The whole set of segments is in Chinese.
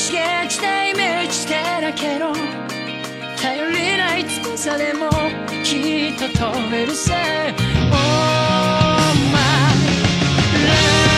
ちげ地帯目打ち手だけど頼りない翼でもきっと飛べるさ Oh my love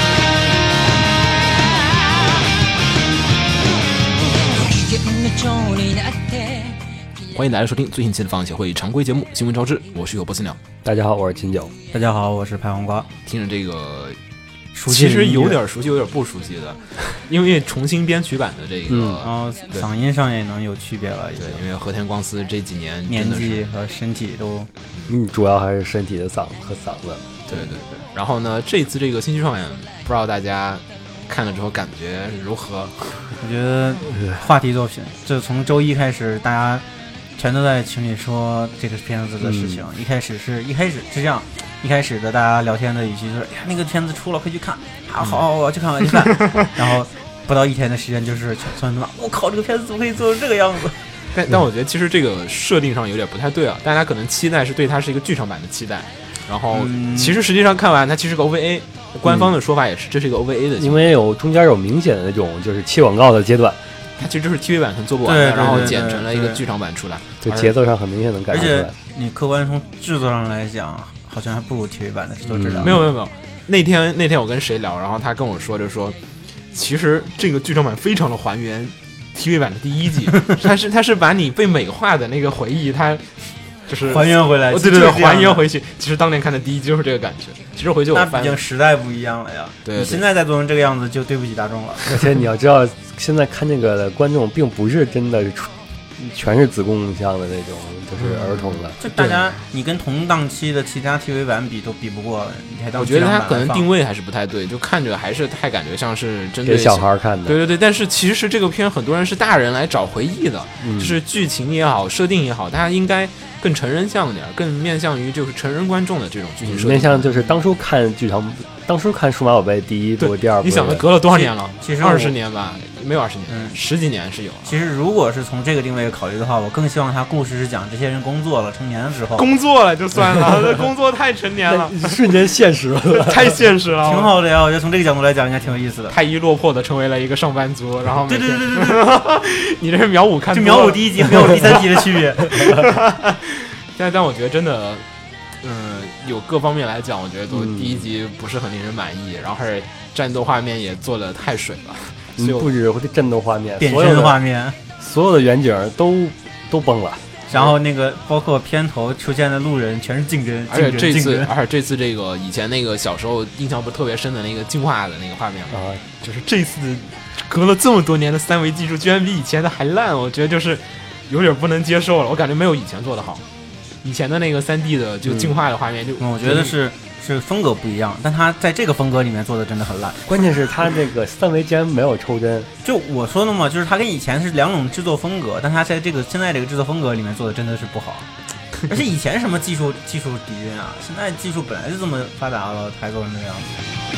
危険な蝶になって欢迎大家收听最新期的放映协会常规节目新闻招知，我是有波斯鸟。 大家好，我是秦九。 大家好，我是拍黄瓜。 听着这个熟悉其实有点熟悉有点不熟悉的，因为重新编曲版的这个然后嗓音上也能有区别了。 对，因为和田光司这几年年纪和身体都主要还是身体的嗓和嗓子。 对对对。然后呢，这次这个新剧场版不知道大家看了之后感觉如何？ 我觉得话题作品，这从周一开始大家全都在群里说这个片子的事情。一开始是这样，一开始的大家聊天的语气就是哎呀那个片子出了快去看，好我要去看我要去看。然后不到一天的时间就是全都我靠这个片子怎么可以做成这个样子。 但我觉得其实这个设定上有点不太对啊，大家可能期待是对它是一个剧场版的期待，然后其实实际上看完它其实是个 OVA， 官方的说法也是这是一个 OVA 的， 因为中间有明显的那种就是切广告的阶段， 它其实就是 TV 版可能做不完的， 对对对对， 然后剪成了一个剧场版出来， 就节奏上很明显能感觉出来。 而且你客观从制作上来讲，好像还不如 TV 版的制作质量。 没有，那天我跟谁聊，然后他跟我说其实这个剧场版非常的还原 TV 版的第一季，它是把你被美化的那个回忆，它就是还原回来， 对，还原回去。其实当年看的第一季就是这个感觉。其实回去我那毕竟时代不一样了呀。 对， 你现在再做成这个样子，就对不起大众了。 而且你要知道，现在看这个的观众并不是真的是全是子宫向的那种，就是儿童的。 就大家，你跟同档期的其他 TV 版比都比不过，你还当我觉得它可能定位还是不太对，就看着还是太感觉像是针对给小孩看的。 对，但是其实这个片很多人是大人来找回忆的，就是剧情也好，设定也好，大家应该更成人向点，更面向于就是成人观众的这种剧情设定。 面向就是当初看数码宝贝第一部、第二部， 你想隔了多少年了？ 其实 20年吧，没有20年，10几年是有。 其实如果是从这个定位考虑的话，我更希望他故事是讲这些人工作了、成年了之后。 工作了就算了，工作太成年了， 瞬间现实了， 太现实了， 挺好的呀。我觉得从这个角度来讲，应该挺有意思的。 太一落魄的成为了一个上班族，然后对， 你这是秒5看多了， 就秒5第一集和秒5第3集的区别。 但我觉得真的，有各方面来讲，我觉得都第一集不是很令人满意，然后而且战斗画面也做得太水了，所以不止战斗画面， 变身画面， 所有的远景都崩了。 然后那个包括片头出现的路人全是竞争， 而且这次这个以前那个小时候印象不是特别深的那个进化的那个画面啊，就是这次隔了这么多年的3维技术居然比以前的还烂，我觉得就是有点不能接受了，我感觉没有以前做得好。以前的那个3D 的就进化的画面就， 我觉得是风格不一样，但他在这个风格里面做的真的很烂。 关键是他这个3维竟然没有抽帧， 就我说的嘛，就是他跟以前是两种制作风格，但他在现在这个制作风格里面做的真的是不好。而且以前什么技术底蕴啊，现在技术本来就这么发达了，才做成这个样子。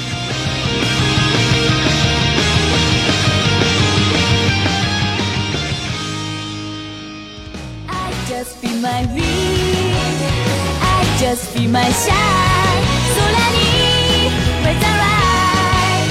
Just be my wind, I just be my shine. 空に with the light.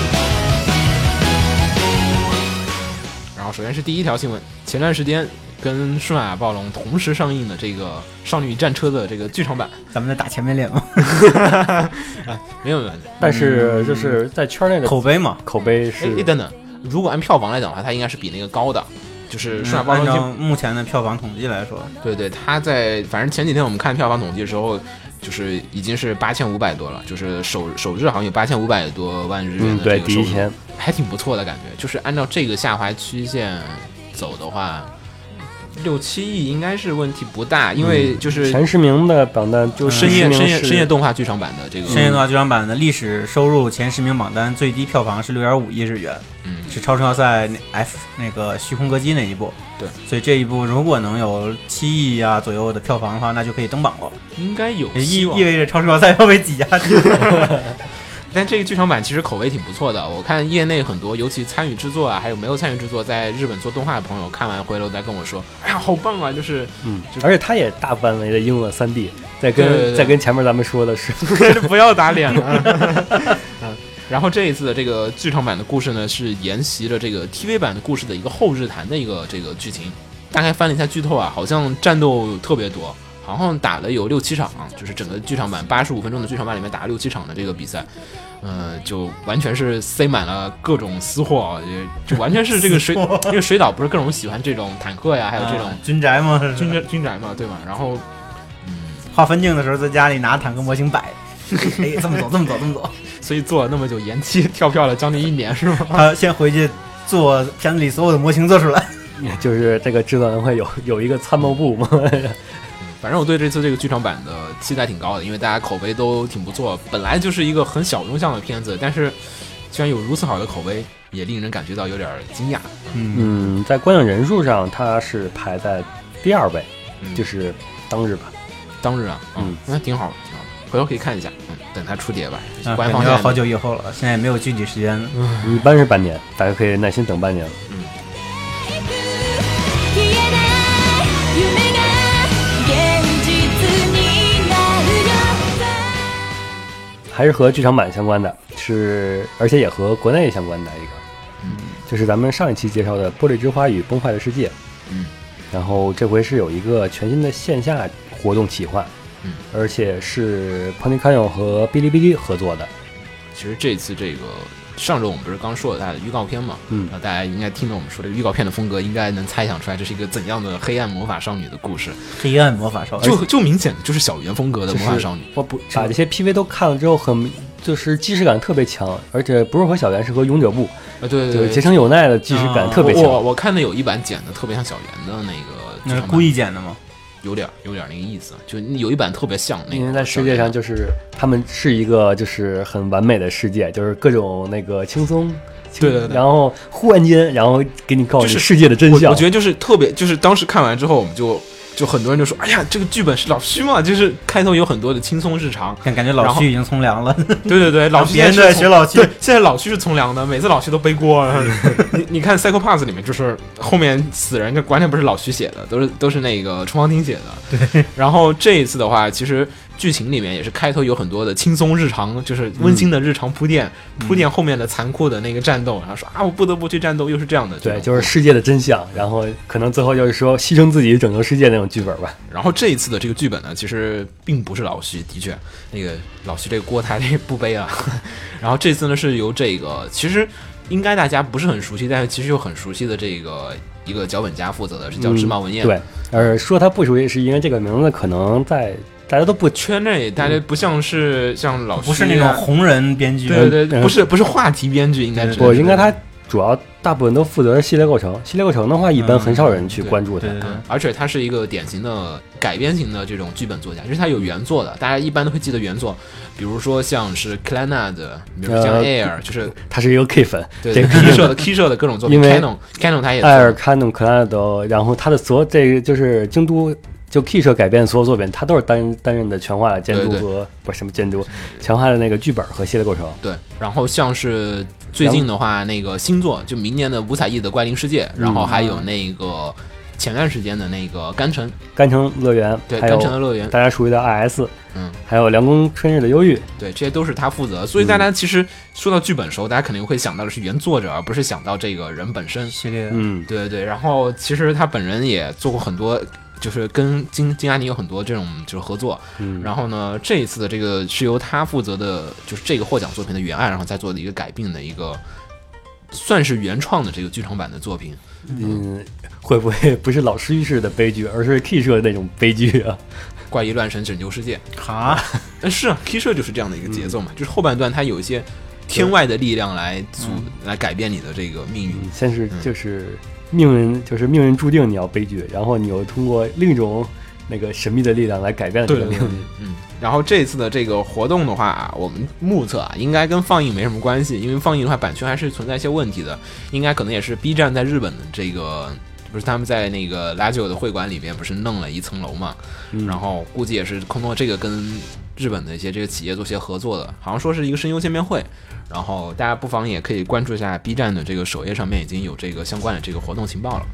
然后首先是第一条新闻，前段时间跟数码暴龙同时上映的这个《少女战车》的这个剧场版， 咱们在打前面脸吗？ 没有， 但是就是在圈内的口碑嘛， 口碑是。 等等，如果按票房来讲的话，它应该是比那个高的。就是数码暴龙， 按照目前的票房统计来说， 对，它在反正前几天我们看票房统计的时候，就是已经是8500多了，就是首日好像有8500多万日元的这个收入， 对，第一天还挺不错的感觉。就是按照这个下滑曲线走的话，6-7亿应该是问题不大，因为就是前10名的榜单就深夜动画剧场版的这个深夜动画剧场版的历史收入前10名榜单最低票房是6.5亿日元，是超声要塞 F 那个虚空歌姬那一部， 对， 所以这一部如果能有7亿啊左右的票房的话，那就可以登榜了， 应该有意味着超声要塞要被挤下去。 但这个剧场版其实口碑挺不错的，我看业内很多，尤其参与制作啊，还有没有参与制作在日本做动画的朋友，看完回头再跟我说，哎呀，好棒啊！就是而且它也大范围的应用了3D，再跟前面咱们说的是， 不要打脸了。 然后这一次的这个剧场版的故事呢，是沿袭了这个 TV 版的故事的一个后日谈的一个这个剧情。大概翻了一下剧透啊，好像战斗特别多，好像打了有6-7场，就是整个剧场版85分钟的剧场版里面打了6-7场的这个比赛。就完全是塞满了各种私货，就完全是这个这个水岛不是各种喜欢这种坦克呀，还有这种军宅吗？ 军宅嘛，对吧？然后， 画分镜的时候在家里拿坦克模型摆，哎，这么走， 所以做了那么久，延期跳票了将近1年，是吗？ 他先回去做片子里所有的模型做出来， 就是这个制作人会有一个参谋部嘛。 反正我对这次这个剧场版的期待挺高的，因为大家口碑都挺不错。本来就是一个很小众向的片子，但是居然有如此好的口碑，也令人感觉到有点惊讶。 在观影人数上，它是排在第2位，就是当日吧。 当日啊，那挺好，回头可以看一下。等它出碟吧。官方要好久以后了，现在也没有具体时间。 一般是半年，大家可以耐心等半年。还是和剧场版相关的，而且也和国内相关的一个，就是咱们上一期介绍的《玻璃之花与崩坏的世界》。然后这回是有一个全新的线下活动企划，而且是 Ponycanyon 和哔哩哔哩合作的。 其实这次这个上周我们不是刚说了它的预告片嘛，大家应该听到我们说这个预告片的风格，应该能猜想出来这是一个怎样的黑暗魔法少女的故事。 黑暗魔法少女就明显的就是小圆风格的魔法少女。 我不把这些 PV 都看了之后，就是既视感特别强，而且不是和小圆，是和勇者部对结成有奈的既视感特别强。 我看的有一版剪的特别像小圆的那是故意剪的吗？ 有点那个意思，就有一版特别像那个。 因为在世界上，就是他们是一个就是很完美的世界，就是各种那个轻松， 对， 然后忽然间，然后给你告诉你世界的真相。 我觉得就是特别，就是当时看完之后，我们就很多人就说，哎呀，这个剧本是老虚嘛，就是开头有很多的轻松日常， 感觉老虚已经从良了。 对，老虚别人在学老虚， 对，现在老虚是从良的，每次老虚都背锅。你看 Psycho Pass 里面，就是后面死人就完全不是老虚写的，都是那个冲方町写的。 对， 然后这一次的话，其实剧情里面也是开头有很多的轻松日常，就是温馨的日常铺垫后面的残酷的那个战斗，然后说我不得不去战斗，又是这样的。 对，就是世界的真相，然后可能最后就是说牺牲自己拯救世界那种剧本吧。 然后这一次的这个剧本呢，其实并不是老徐，的确，那个老徐这个锅台不背啊。然后这次呢是由这个其实应该大家不是很熟悉，但是其实又很熟悉的这个一个脚本家负责的，是叫织茂文彦。 对，说他不熟悉是因为这个名字可能在大家都不圈内，大家不像是像老徐， 不是那种红人编剧， 对，不是话题编剧，应该是应该他主要大部分都负责系列构成。系列构成的话，一般很少人去关注它。 而且他是一个典型的改编型的这种剧本作家，就是他有原作的，大家一般都会记得原作，比如说像是 Clannad， 比如像 Air， 就是他是一个 K 粉， 对 Key 社的各种作品 ，Canon 他也 Air Canon Clannad， 然后他的所有这个就是京都。就 Key 社改编的所有作品，他都是担任的全画的监督和不是什么监督，全画的那个剧本和系列构成。 对，然后像是最近的话，那个新作就明年的五彩翼的怪灵世界，然后还有那个前段时间的那个甘城乐园， 对，甘城的乐园， 大家熟悉的 IS，还有凉宫春日的忧郁， 对，这些都是他负责。所以大家其实说到剧本的时候，大家肯定会想到的是原作者，而不是想到这个人本身系列。 对。然后其实他本人也做过很多。就是跟金阿尼有很多这种就是合作，然后呢，这一次的这个是由他负责的，就是这个获奖作品的原案，然后再做的一个改编的一个，算是原创的这个剧场版的作品。 会不会不是老师式的悲剧，而是 Key 社的那种悲剧啊？ 怪异乱神拯救世界哈， 是啊 ，Key 社就是这样的一个节奏嘛，就是后半段它有一些天外的力量来改变你的这个命运。 先是就是命运注定你要悲剧，然后你又通过另一种那个神秘的力量来改变这个命运。 然后这次的这个活动的话，我们目测应该跟放映没什么关系，因为放映的话版权还是存在一些问题的，应该可能也是 B 站在日本的这个。不是他们在那个拉久的会馆里面不是弄了一层楼嘛，然后估计也是通过这个跟日本的一些这个企业做些合作的，好像说是一个声优见面会，然后大家不妨也可以关注一下 B 站的这个首页上面已经有这个相关的这个活动情报了。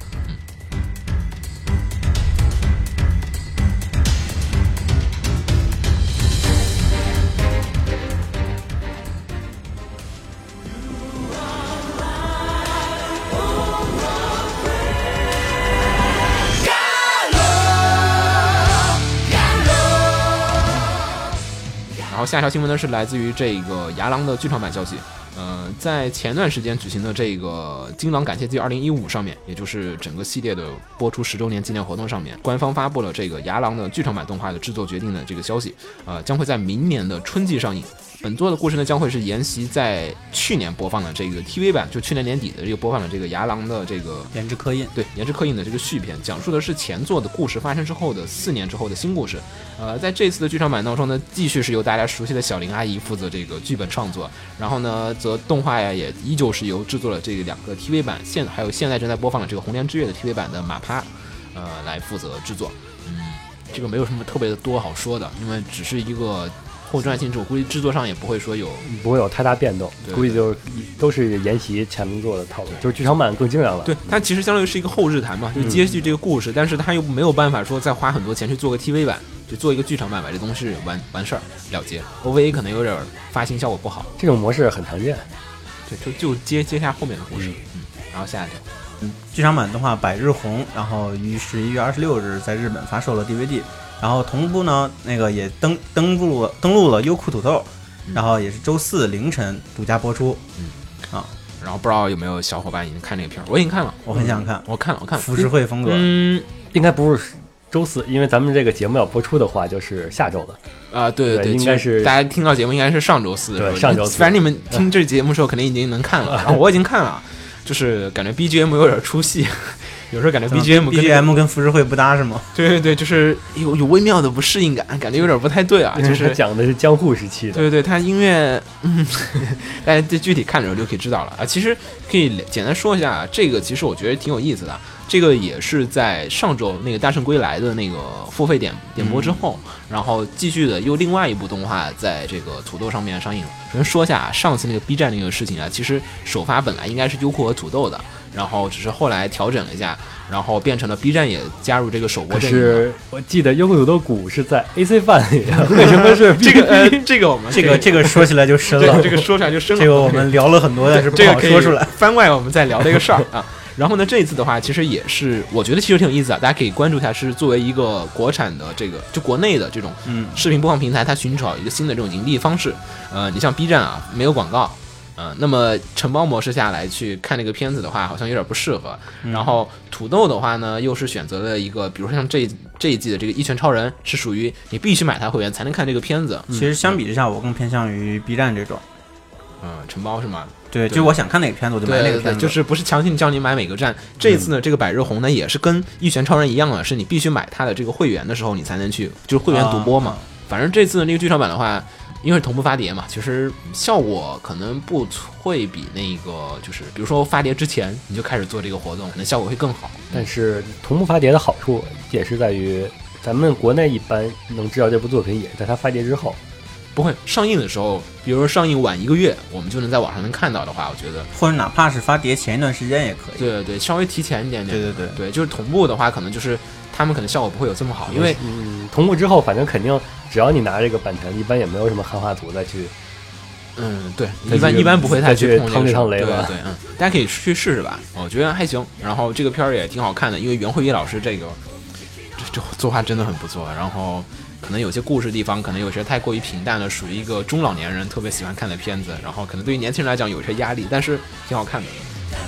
然后下一条新闻呢是来自于这个牙狼的剧场版消息。在前段时间举行的这个金狼感谢祭2015上面，也就是整个系列的播出10周年纪念活动上面，官方发布了这个牙狼的剧场版动画的制作决定的这个消息，将会在明年的春季上映。本作的故事呢，将会是沿袭在去年播放的这个 TV 版，就去年年底的这个播放的这个牙狼的这个研制刻印， 对，研制刻印的这个续篇，讲述的是前作的故事发生之后的4年之后的新故事。在这次的剧场版当中呢，继续是由大家熟悉的小林阿姨负责这个剧本创作，然后呢，则动画呀也依旧是由制作了这2个 TV 版，还有现在正在播放的这个红莲之月的 TV 版的马趴，来负责制作。这个没有什么特别的多好说的，因为只是一个后传性质，我估计制作上也不会有太大变动，估计就都是沿袭前面做的套路，就是剧场版更精良了。 对，它其实相当于是一个后日谈嘛，就接续这个故事，但是它又没有办法说再花很多钱去做个 TV 版，就做一个剧场版把这东西完事儿了结。OVA 可能有点发行效果不好， 这种模式很常见。 对，就接下后面的故事。然后下一条。 剧场版动画《百日红》，然后于11月26日在日本发售了 DVD， 然后同步呢，那个也登录了优酷土豆，然后也是周4凌晨独家播出。 然后不知道有没有小伙伴已经看这个片儿？我已经看了， 我很想看， 我看了。 浮世绘风格， 应该不是周4，因为咱们这个节目要播出的话，就是下周了。 对， 应该是大家听到节目应该是上周4的时候， 对，上周4。 反正你们听这节目的时候，肯定已经能看了。然后我已经看了。就是感觉 BGM 有点出戏，有时候感觉 BGM 跟浮世绘不搭是吗？ 对，就是有微妙的不适应感，感觉有点不太对啊。就是讲的是江户时期的， 对，它音乐，大家具体看的时候就可以知道了啊。其实可以简单说一下，这个其实我觉得挺有意思的。这个也是在上周那个《大圣归来》的那个付费点播之后，然后继续的又另外一部动画在这个土豆上面上映了。首先说一下上次那个 B 站那个事情啊，其实首发本来应该是优酷和土豆的，然后只是后来调整了一下，然后变成了 B 站也加入这个首播阵营。 是我记得优酷土豆股是在 AC 范里，为什么是这个我们这个说起来就深了， 这个说出来就深了。 这个我们聊了很多，但是不好说出来。 番外我们再聊这个事儿啊。然后呢，这一次的话，其实也是我觉得其实挺有意思的，大家可以关注一下，是作为一个国产的这个就国内的这种视频播放平台，它寻找一个新的这种盈利方式。你像 B 站啊，没有广告。那么承包模式下来去看这个片子的话，好像有点不适合。然后土豆的话呢，又是选择了一个，比如说像这一季的这个《一拳超人》，是属于你必须买它会员才能看这个片子。 其实相比之下，我更偏向于 B 站这种。 承包是吗？ 对，就我想看哪个片子我就买哪个片子， 就是不是强行叫你买每个站。这一次呢，这个百日红呢也是跟《一拳超人》一样的，是你必须买它的这个会员的时候，你才能去，就是会员独播嘛。反正这次的这个剧场版的话，因为是同步发碟嘛，其实效果可能不会比那个就是比如说发碟之前你就开始做这个活动，可能效果会更好。 但是同步发碟的好处也是在于，咱们国内一般能知道这部作品也是在它发碟之后。 不会上映的时候，比如说上映晚1个月，我们就能在网上能看到的话，我觉得或者哪怕是发碟前一段时间也可以。 对，稍微提前一点点。 对， 就是同步的话，可能就是他们可能效果不会有这么好，因为同步之后，反正肯定只要你拿这个版权，一般也没有什么汉化组再去。 对，一般不会太去碰这趟雷了。 对，大家可以去试试吧，我觉得还行。然后这个片儿也挺好看的，因为袁慧仪老师这作画真的很不错，然后。可能有些故事地方，可能有些太过于平淡了，属于一个中老年人特别喜欢看的片子，然后可能对于年轻人来讲有些压力，但是挺好看的。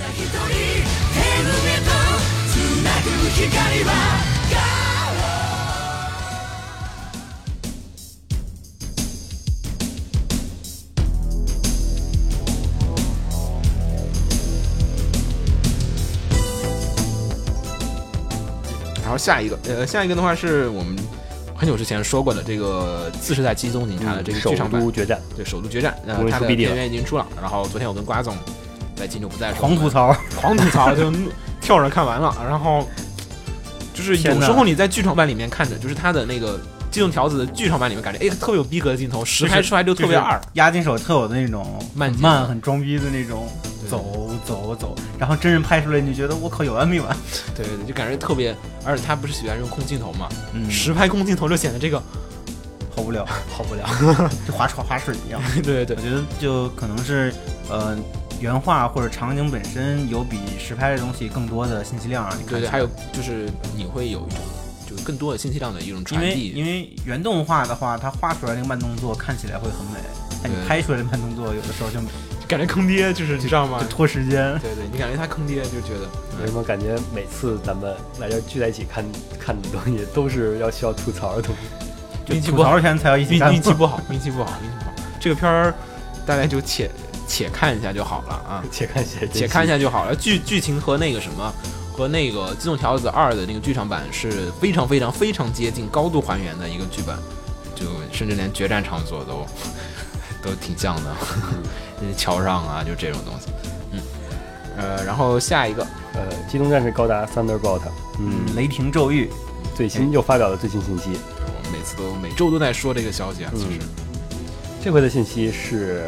然后下一个的话是我们。很久之前说过的这个40代机动警察的这个剧场版首都决战， 对首都决战，它的片源已经出了。然后昨天我跟瓜总在金主不在狂吐槽就跳着看完了。然后就是有时候你在剧场版里面看着，就是它的那个机动条子的剧场版里面感觉，特别有逼格的镜头，实拍出来就特别二， 押金手特有的那种慢很装逼的那种。走，然后真人拍出来，你觉得我靠有完没完？ 对，就感觉特别，而且他不是喜欢用空镜头嘛，实拍空镜头就显得这个好无聊，就滑水一样。 对， 我觉得就可能是原画或者场景本身有比实拍的东西更多的信息量让你看。 对，还有就是你会有一种就是更多的信息量的一种传递。 因为原动画的话，它画出来那个慢动作看起来会很美，但你拍出来的慢动作有的时候就感觉坑爹，就是你知道吗？ 就拖时间。 对对，你感觉他坑爹，就觉得为什么感觉每次咱们来这聚在一起看的东西，都是需要吐槽的东西。 运气不好， 前才要一起看。 运气不好。这个片儿大家就且看一下就好了啊，且看一下就好了。剧情和那个什么。和那个《机动条子2》的那个剧场版是非常非常非常接近、高度还原的一个剧本，就甚至连决战场所都挺像的，桥上啊，就这种东西。然后下一个， 机动战士高达 Thunderbolt， 雷霆咒域最新又发表了最新信息。 我每周都在说这个消息啊，其实这回的信息是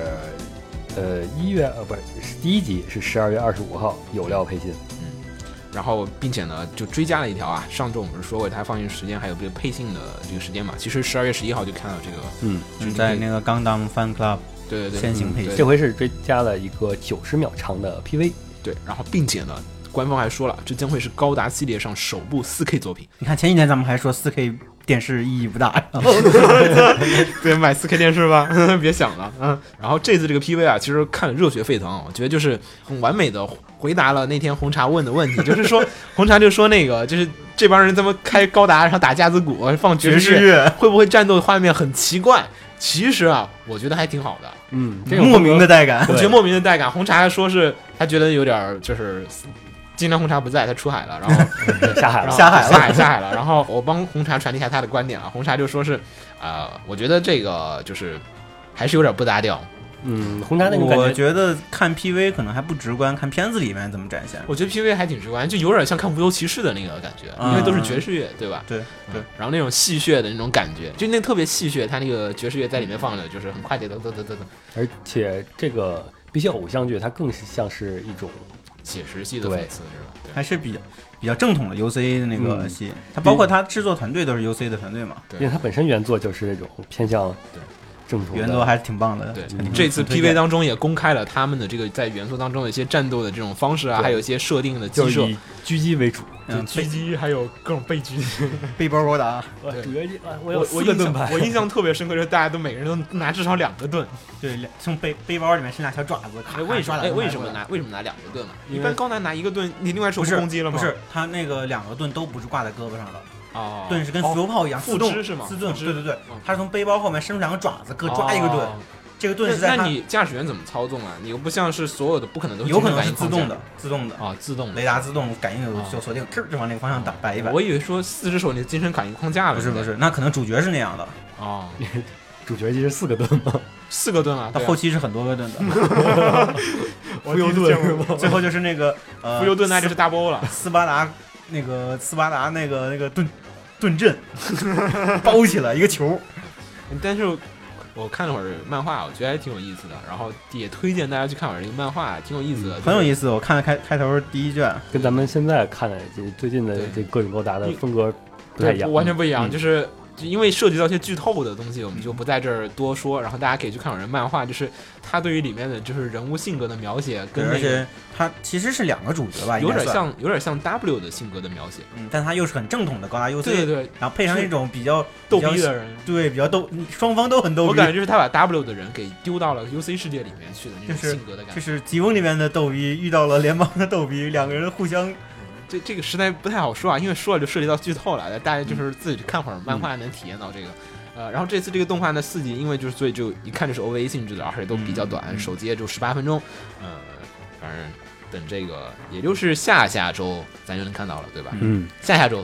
1月不是第一集是12月25号有料配信。 然后，并且呢，就追加了一条啊。上周我们是说过它放映时间还有这个配信的这个时间嘛。其实12月11号就看到这个， 就是在那个 Gundam Fan Club 对先行配信。 这回是追加了一个90秒长的 PV。 对，然后并且呢，官方还说了，这将会是高达系列上首部4K 作品。 你看前几年咱们还说4K 电视意义不大， 对，买4K 电视吧，别想了。然后这次这个 PV 啊，其实看了热血沸腾，我觉得就是很完美的回答了那天红茶问的问题，就是说红茶就说那个就是这帮人怎么开高达然后打架子鼓放爵士乐，会不会战斗画面很奇怪？其实啊，我觉得还挺好的。 莫名的带感， 我觉得莫名的带感。红茶还说是他觉得有点就是今天红茶不在，他出海了，然后下海了。然后我帮红茶传递一下他的观点啊，红茶就说是我觉得这个就是还是有点不搭调。 红茶那种感觉， 我觉得看 PV 可能还不直观，看片子里面怎么展现。 我觉得 PV 还挺直观，就有点像看无忧骑士的那个感觉，因为都是爵士乐，对吧？ 对。 然后那种戏谑的那种感觉，就那特别戏谑，他那个爵士乐在里面放着，就是很快的噔。 而且这个比起偶像剧，它更像是一种写实系的讽刺，是吧？ 还是比较正统的 UC 的那个戏，它包括它制作团队都是 UC 的团队嘛， 因为它本身原作就是那种偏向正统的， 原作还是挺棒的。 对，这次 PV 当中也公开了他们的这个在原作当中的一些战斗的这种方式啊，还有一些设定的机设， 以狙击为主， 狙击还有各种背狙， 背包高达。 我印象特别深刻，就是大家都每个人都拿至少2个盾， 对，从背包里面伸俩小爪子。 为什么拿2个盾嘛？一般高达拿1个盾，你另外手不攻击了吗？ 不是，他那个2个盾都不是挂在胳膊上的。盾是跟浮游炮一样， 自动是吗？ 自盾，对，他是从背包后面伸出2个爪子，各抓1个盾。这个盾是在那你驾驶员怎么操纵啊？你又不像是所有的，不可能都有可能是自动的自动雷达自动感应就锁定，就往那个方向摆一摆。 我以为说4只手你精神感应框架了， 不是，那可能主角是那样的主角机是4个盾吗 ？4个盾啊， 到后期是很多个盾的。 浮游盾是吗？ 最后就是那个浮游盾，那就是大包了。 斯巴达那个盾阵包起来一个球。 但是我看了会儿漫画，我觉得还挺有意思的，然后也推荐大家去看会儿这个漫画，挺有意思的， 很有意思。我看了开头第1卷， 跟咱们现在看的最近的这各种高达的风格不太一样， 完全不一样，就是因为涉及到一些剧透的东西，我们就不在这儿多说，然后大家可以去看会儿漫画，就是他对于里面的就是人物性格的描写，跟而且他其实是2个主角吧， 有点像 W 的性格的描写， 但他又是很正统的高达 UC， 对， 然后配上一种比较逗逼的人， 对，比较逗，双方都很逗逼。 我感觉就是他把 W 的人给丢到了 UC 世界里面去的那种性格的感觉， 就是吉翁里面的逗逼遇到了联邦的逗逼，2个人互相。 这个实在不太好说啊，因为说了就涉及到剧透了，大家就是自己去看会儿漫画能体验到这个。然后这次这个动画的4集，因为就是所以就一看就是 OVA 性质的，而且都比较短，首集也就18分钟。反正等这个也就是下周咱就能看到了，对吧？下周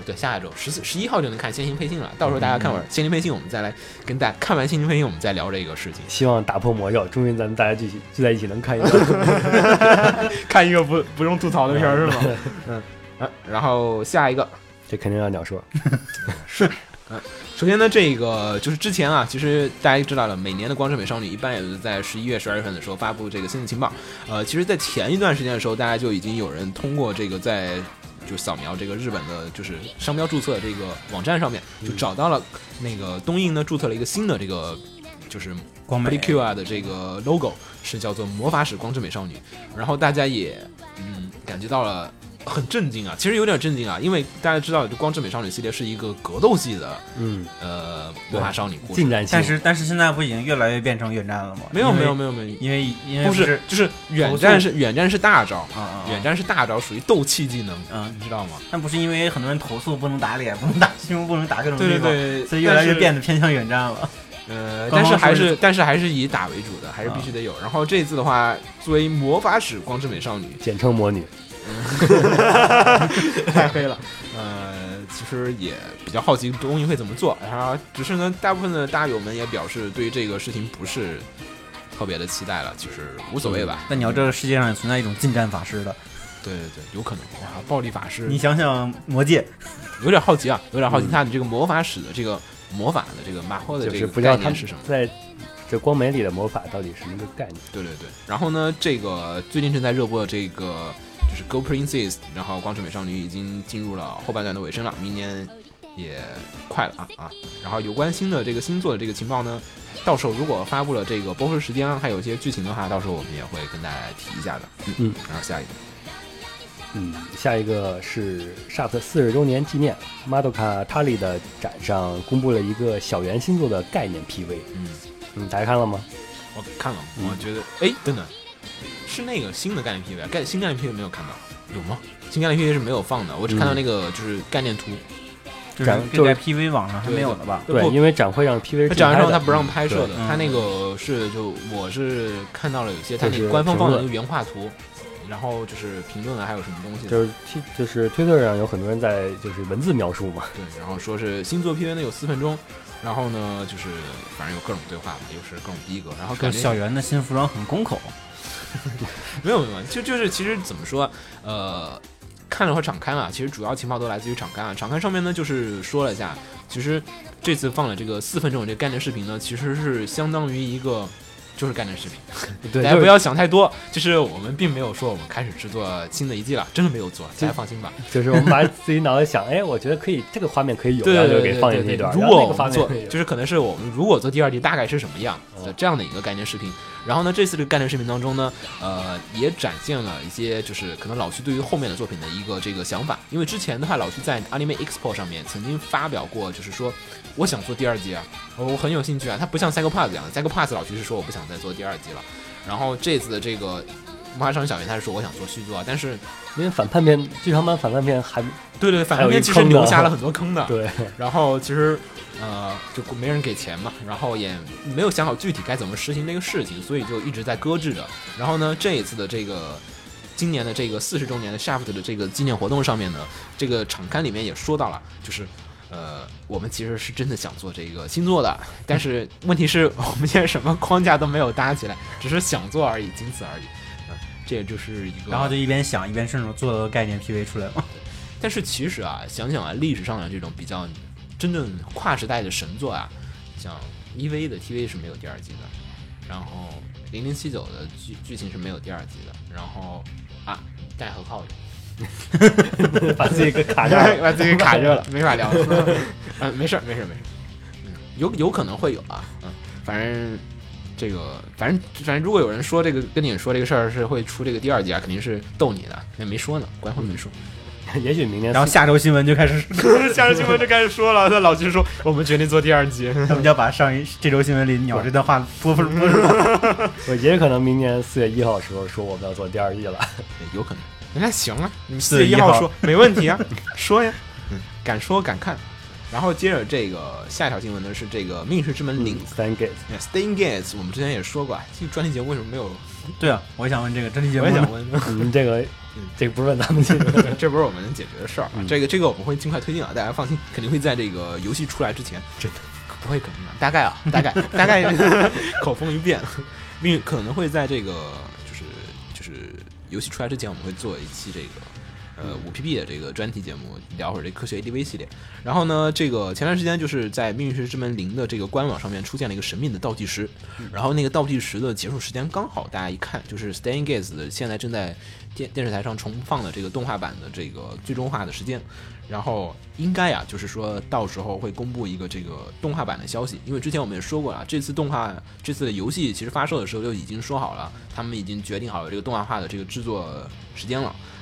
11号就能看先行配信了，到时候大家看会儿先行配信，我们再来跟大家看完先行配信，我们再聊这个事情。 希望打破魔咒，终于咱们大家聚在一起能看一个看一个不用吐槽的片是吗？然后下一个， 这肯定让鸟说。 是，首先呢，这个就是之前啊，其实大家知道了，每年的光之美少女一般也是在11月、12月份的时候发布这个新的情报。其实，在前一段时间的时候，大家就已经有人通过这个就扫描这个日本的就是商标注册这个网站上面，就找到了那个东映呢注册了一个新的这个就是光美 Precure 的这个 logo 是叫做魔法使光之美少女，然后大家也感觉到了。 很震惊啊，其实有点震惊啊，因为大家知道，就光之美少女系列是一个格斗系的，魔法少女故事， 近战系。 但是现在不已经越来越变成远战了吗？ 没有， 因为不是，就是远战是大招，远战是大招，属于斗气技能，你知道吗？ 但不是因为很多人投诉不能打脸，不能打胸，不能打各种地方， 对， 所以越来越变得偏向远战了。 但是还是以打为主的，还是必须得有。然后这次的话，作为魔法使光之美少女， 简称魔女， 太黑了。其实也比较好奇东西会怎么做，然后只是呢，大部分的大友们也表示对于这个事情不是特别的期待了，就是无所谓吧。 但你要知道，世界上也存在一种近战法师的， 对，有可能哇，暴力法师。 你想想魔戒， 有点好奇他的这个魔法使的这个魔法的这个马霍的这个概念是什么？ 在这光美里的魔法到底是什么个概念？ 对。然后呢，这个最近正在热播的这个就是 Go Princess， 然后光之美少女已经进入了后半段的尾声了，明年也快了啊。然后有关新的这个星座的这个情报呢，到时候如果发布了这个播出时间还有一些剧情的话，到时候我们也会跟大家提一下的。然后下一个。 下一个是 Shaft 40周年纪念 Madoka Tali 的展上公布了一个小圆星座的概念 PV。大家看了吗？ 我看了，我觉得等等，是那个新的概念 PV， 新概念 PV 没有看到，有吗？新概念 PV 是没有放的，我只看到那个就是概念图。 就在 PV 网上还没有的吧？ 对，因为展会让 PV， 他展会上他不让拍摄的，他那个是我是看到了有些他那个官方放的那个原画图。然后就是评论还有什么东西， 就是推特上有很多人在就是文字描述嘛， 对，然后说是星座 PV 呢有4分钟，然后呢就是反正有各种对话嘛，又是各种逼格，然后感觉小圆的新服装很攻口， 没有，就是其实怎么说，看了会场刊啊，其实主要情报都来自于场刊啊，场刊上面呢就是说了一下，其实这次放了这个4分钟的这个概念视频呢，其实是相当于一个。就是概念视频， 对， 大家不要想太多。就是我们并没有说我们开始制作新的一季了，真的没有做，大家放心吧。 就是我们把自己脑袋想，我觉得可以，这个画面可以有，然后就给放进这段。 如果我们做，就是可能是我们如果做第2季大概是什么样的这样的一个概念视频。然后呢，这次的概念视频当中呢，也展现了一些就是可能老徐对于后面的作品的一个这个想法。因为之前的话，老徐在 Anime Expo 上面曾经发表过，就是说我想做第2季啊，我很有兴趣啊。他不像 Psycho Pass 这样 ，Psycho Pass 老徐是说我不想再做第2季了。然后这次的这个魔法少女小圆，他是说我想做续作啊，但是因为反叛片剧场版反叛片还对反叛片其实留下了很多坑的， 对。然后其实就没人给钱嘛，然后也没有想好具体该怎么实行这个事情，所以就一直在搁置着。然后呢，这一次的这个今年的这个40周年的 Shaft 的这个纪念活动上面呢，这个场刊里面也说到了，就是我们其实是真的想做这个新作的，但是问题是我们现在什么框架都没有搭起来，只是想做而已，仅此而已。这也就是一个， 然后就一边想一边顺手做了个概念 PV 出来了。 但是其实啊，想想啊，历史上的这种比较真正跨时代的神作啊，像 EV 的 TV 是没有第2季的，然后0079的剧情是没有第2季的，然后带核炮的。 把自己给卡热了， 把自己卡热了，没法聊了。没事，有可能会有啊，反正这个，反正如果有人说这个跟你说这个事儿是会出这个第2季啊，肯定是逗你的，也没说呢，官方没说。 也许明年， 然后下周新闻就开始， 下周新闻就开始说了，那老徐说我们决定做第2季， 他们就要把这周新闻里鸟这段话播出来。 也有可能明年4月1号的时候说我们要做第2季了， 有可能。那行啊，你们4月1号说没问题啊，说呀，敢说敢看。然后接着这个下一条新闻呢是这个《命运石之门0》Stein Gates， 我们之前也说过，这个专题节目为什么没有？ 对啊，我也想问这个专题节目， 我也想问， 这个不是问咱们解决， 这不是我们能解决的事儿。这个我们会尽快推进啊，大家放心，肯定会在这个游戏出来之前，真的不会可能的，大概口风一变，命运可能会在这个就是游戏出来之前，我们会做一期这个。5PP 的这个专题节目，聊会儿这科学 ADV 系列。然后呢，这个前段时间就是在《命运石之门0》的这个官网上面出现了一个神秘的倒计时，然后那个倒计时的结束时间刚好，大家一看就是 Stein Gates 的现在正在电视台上重放的这个动画版的这个最终化的时间。然后应该啊，就是说到时候会公布一个这个动画版的消息，因为之前我们也说过了，这次的游戏其实发售的时候就已经说好了，他们已经决定好了这个动画化的这个制作时间了。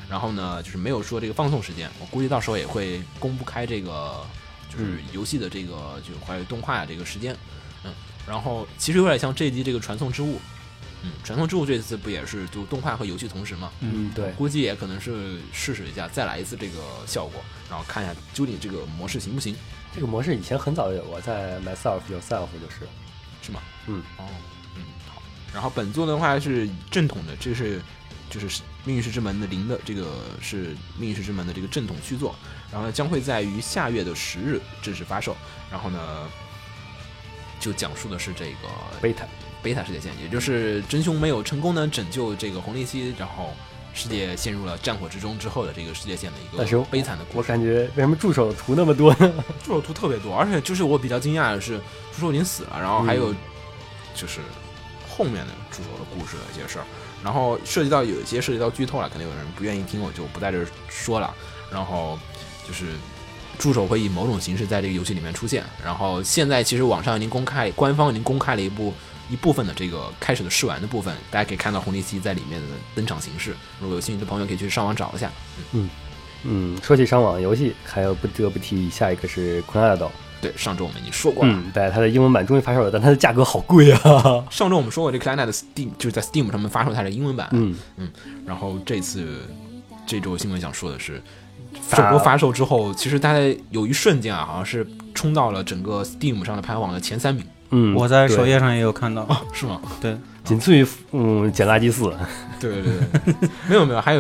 然后呢，就是没有说这个放送时间，我估计到时候也会公布开这个就是游戏的这个就还有动画这个时间，然后其实有点像这一季这个传送之物。传送之物这次不也是就动画和游戏同时吗？ 对， 估计也可能是试一下，再来一次这个效果，然后看一下究竟这个模式行不行。 这个模式以前很早就有过，在 Myself Yourself 是吗？ 好。 然后本作的话是正统的，这是就是命运石之门的0的这个是命运石之门的这个正统续作，然后呢将会在于下月的10日正式发售，然后呢就讲述的是这个贝塔世界线，也就是真凶没有成功的拯救这个红利期，然后世界陷入了战火之中之后的这个世界线的一个悲惨的故事。 我感觉为什么助手图那么多呢？ 助手图特别多，而且就是我比较惊讶的是，助手已经死了，然后还有就是后面的助手的故事的一些事儿，然后有一些涉及到剧透了，可能有人不愿意听，我就不在这说了。然后就是助手会以某种形式在这个游戏里面出现，然后现在其实网上已经官方已经公开了一部分的这个开始的试玩的部分，大家可以看到红利期在里面的登场形式，如果有兴趣的朋友可以去上网找一下。 说起上网游戏，还有不得不提下一个是 Clannad。 对，上周我们已经说过了， 对，它的英文版终于发售了，但它的价格好贵啊！ 上周我们说过，这 Clannad 的 Steam 就是在 Steam 上面发售它的英文版，然后这周新闻想说的是，这波发售之后，其实大概有一瞬间啊，好像是冲到了整个 Steam 上的排行榜的前3名。 我在首页上也有看到， 是吗？ 对， 仅次于捡垃圾4。 对，没有，还有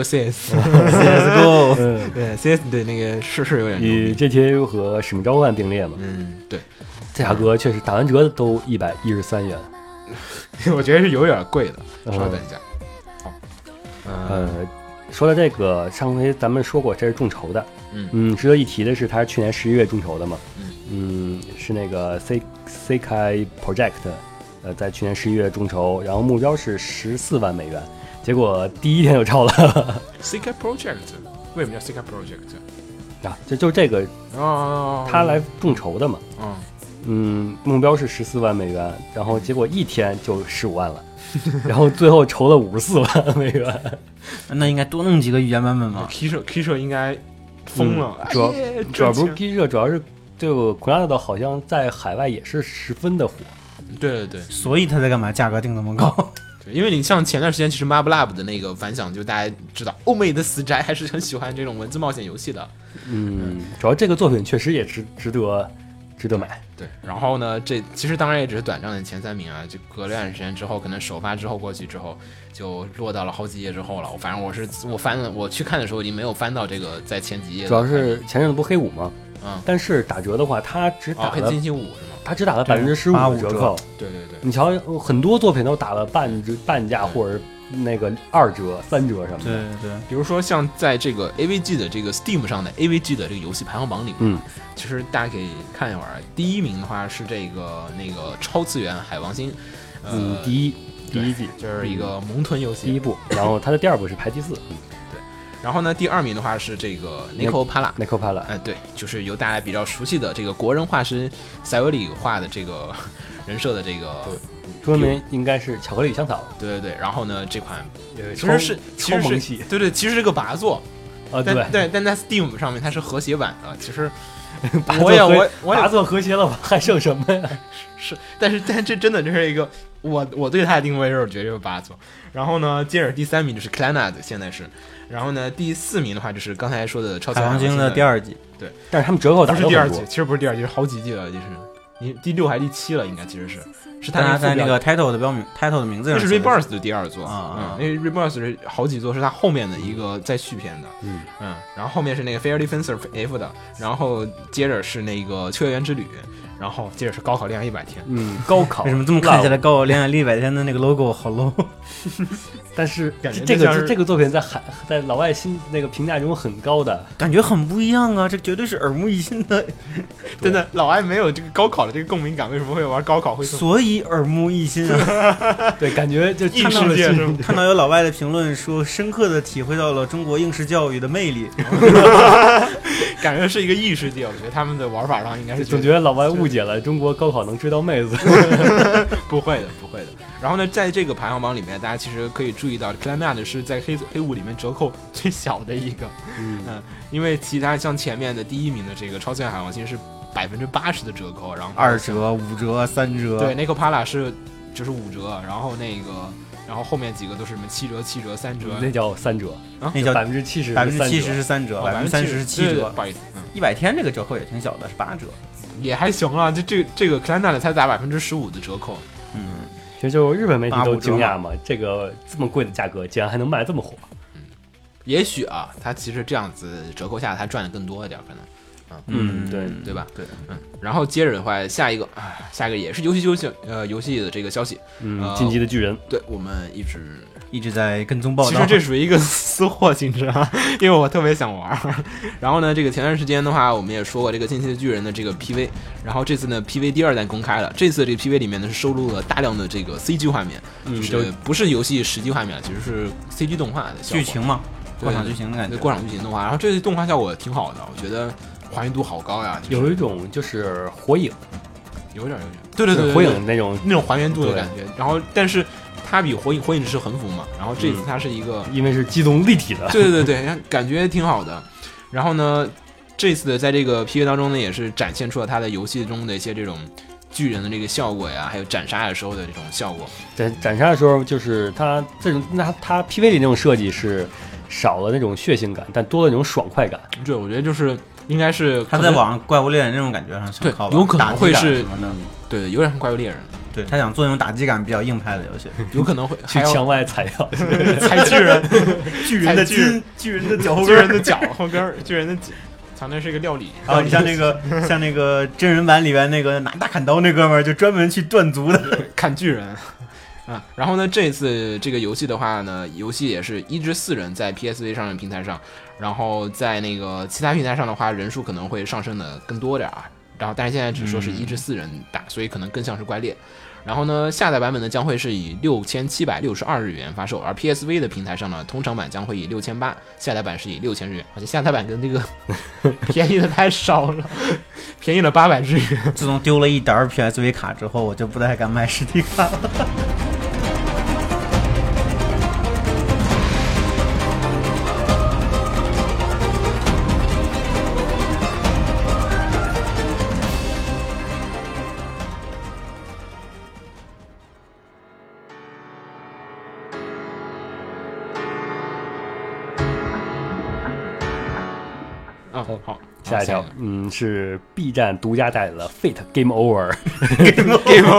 CSGO， 对 CS 对那个是有点与 GTA 和使命召唤并列嘛。 对， 价格确实打完折都113元， 我觉得是有点贵的。稍等一下，好， 说到这个，上回咱们说过这是众筹的，值得一提的是，它是去年11月众筹的嘛，是那个 Sekai Project，在去年11月众筹，然后目标是14万美元，结果第一天就超了。 Sekai Project 为什么叫 Sekai Project 啊？就是这个他来众筹的嘛，目标是14万美元，然后结果一天就15万了，然后最后筹了54万美元。 那应该多弄几个语言版本嘛 ？K 社应该疯了， 主要不是 K 社，主要是这个 Clannad 好像在海外也是十分的火。 对， 所以他在干嘛？价格定那么高？ 对，因为你像前段时间，其实 MarBlab 的那个反响，就大家知道，欧美的死宅还是很喜欢这种文字冒险游戏的。 主要这个作品确实也值得买。 对，然后呢，这其实当然也只是短暂的前3名啊，就隔了段时间之后，可能首发之后过去之后，就落到了好几页之后了。反正我翻了，我去看的时候已经没有翻到这个在前几页。 主要是前阵子不黑五吗？但是打折的话，它只打了黑金星5是吗？ 它只打了15%折扣。 对， 你瞧，很多作品都打了半价或者那个2折、3折什么的。 对， 比如说像在这个 AVG 的这个 Steam 上的 AVG 的这个游戏排行榜里面，其实大家可以看一会儿。第1名的话是这个那个超次元海王星， 第一季就是一个萌豚游戏第1部，然后它的第2部是排第4。 对，然后呢第2名的话是这个 Nico Pala，对，就是由大家比较熟悉的这个国人画师塞维里画的这个人设的这个。 说明应该是巧克力香草。 对，然后呢，这款其实超萌系， 对，其实是个拔作对， 但在 Steam 上面它是和谐版的。其实我拔作和谐了吧，还剩什么呀？ 是，但这真的就是一个我对它的定位是我觉得就是拔作。然后呢，接着第3名就是 Clannad， 现在是，然后呢第4名的话就是刚才说的超级海王星的第2季。 对， 但是他们折扣打不是第2季，其实不是第2季，是好几季了，就是你第6还是第7了，应该其实是他在那个 title 的名字上， 那是 Rebirth 的第2座因为 Rebirth 是好几座，是他后面的一个再续篇的，然后后面是那个 Fairly Fencer F 的，然后接着是那个秋叶原之旅，然后接着是高考恋爱100天， 高考为什么这么看起来高考恋爱100天的那个 logo 好 low？ 但是这个作品在老外心那个评价中很高的， 感觉很不一样啊！这绝对是耳目一新的。 真的，老外没有这个高考的这个共鸣感，为什么会玩高考会？ 所以耳目一新啊！ 对，感觉就异世界是看到有老外的评论说，深刻的体会到了中国应试教育的魅力， 感觉是一个异世界。我觉得他们的玩法上应该是总觉得老外误解了中国高考能追到妹子。 不会的。 然后呢，在这个排行榜里面，大家其实可以注意到 Clannad 是在黑五里面折扣最小的一个，因为其他像前面的第一名的这个超次元海王星是80%的折扣，然后 2折、5折、3折， 对 Nico Pala 是就是5折，然后然后后面几个都是什么7折、7折、3折， 那叫3折啊， 那叫70%， 70%是3折，30%是7折， 不好意思 ，100天这个折扣也挺小的，是8折， 也还行啊，这个 Clannad 才打15%的折扣， 其实就日本媒体都惊讶嘛，这个这么贵的价格竟然还能卖这么火。 也许啊，他其实这样子折扣下他赚的更多一点，可能。对吧？ 对， 然后接着的话，下一个也是游戏的这个消息， 进击的巨人， 对我们一直在跟踪报道。 其实这属于一个私货性质啊，因为我特别想玩。然后呢，这个前段时间的话，我们也说过这个进击的巨人的这个 PV， 然后这次呢 PV 第2弹公开了，这次这个 PV 里面呢是收录了大量的这个 CG 画面，就是不是游戏实际画面，其实是 CG 动画的效果剧情嘛，过场剧情的感觉， 过场剧情动画。然后这次动画效果挺好的，我觉得还原度好高呀， 有一种就是火影， 有点，对， 火影那种还原度的感觉。然后，但是它比火影只是横幅嘛，然后这次它是一个， 因为是机动立体的， 对，感觉挺好的。然后呢，这次的在这个 PV 当中呢，也是展现出了它的游戏中的一些这种巨人的这个效果呀，还有斩杀的时候的这种效果。 在斩杀的时候，就是它这种，它 PV 里那种设计是少了那种血腥感，但多了那种爽快感。 对，我觉得就是应该是他在往怪物猎人那种感觉上想靠吧， 有可能会是什么的， 对，有点像怪物猎人。 对他想做那种打击感比较硬派的游戏， 有可能会去墙外踩掉， 踩巨人， 巨人的筋，巨人的脚后跟， 巨人的脚后跟，巨人的脚。藏的是一个料理， 然后你像那个真人版里边那个拿大砍刀那哥们儿，就专门去断足的砍巨人啊。然后呢，这次这个游戏的话呢，游戏也是1至4人在 PSV 上的平台上，然后在那个其他平台上的话，人数可能会上升的更多点啊。然后但是现在只说是1至4人打，所以可能更像是怪猎。然后呢，下载版本呢将会是以6762日元发售，而 PSV 的平台上呢，通常版将会以6800，下载版是以6000日元，而且下载版跟这个便宜的太少了，便宜了800日元。 自从丢了一沓 PSV 卡之后，我就不太敢买实体卡了。 好， 下一条，是 B 站独家代理的 Fate Game Over，Game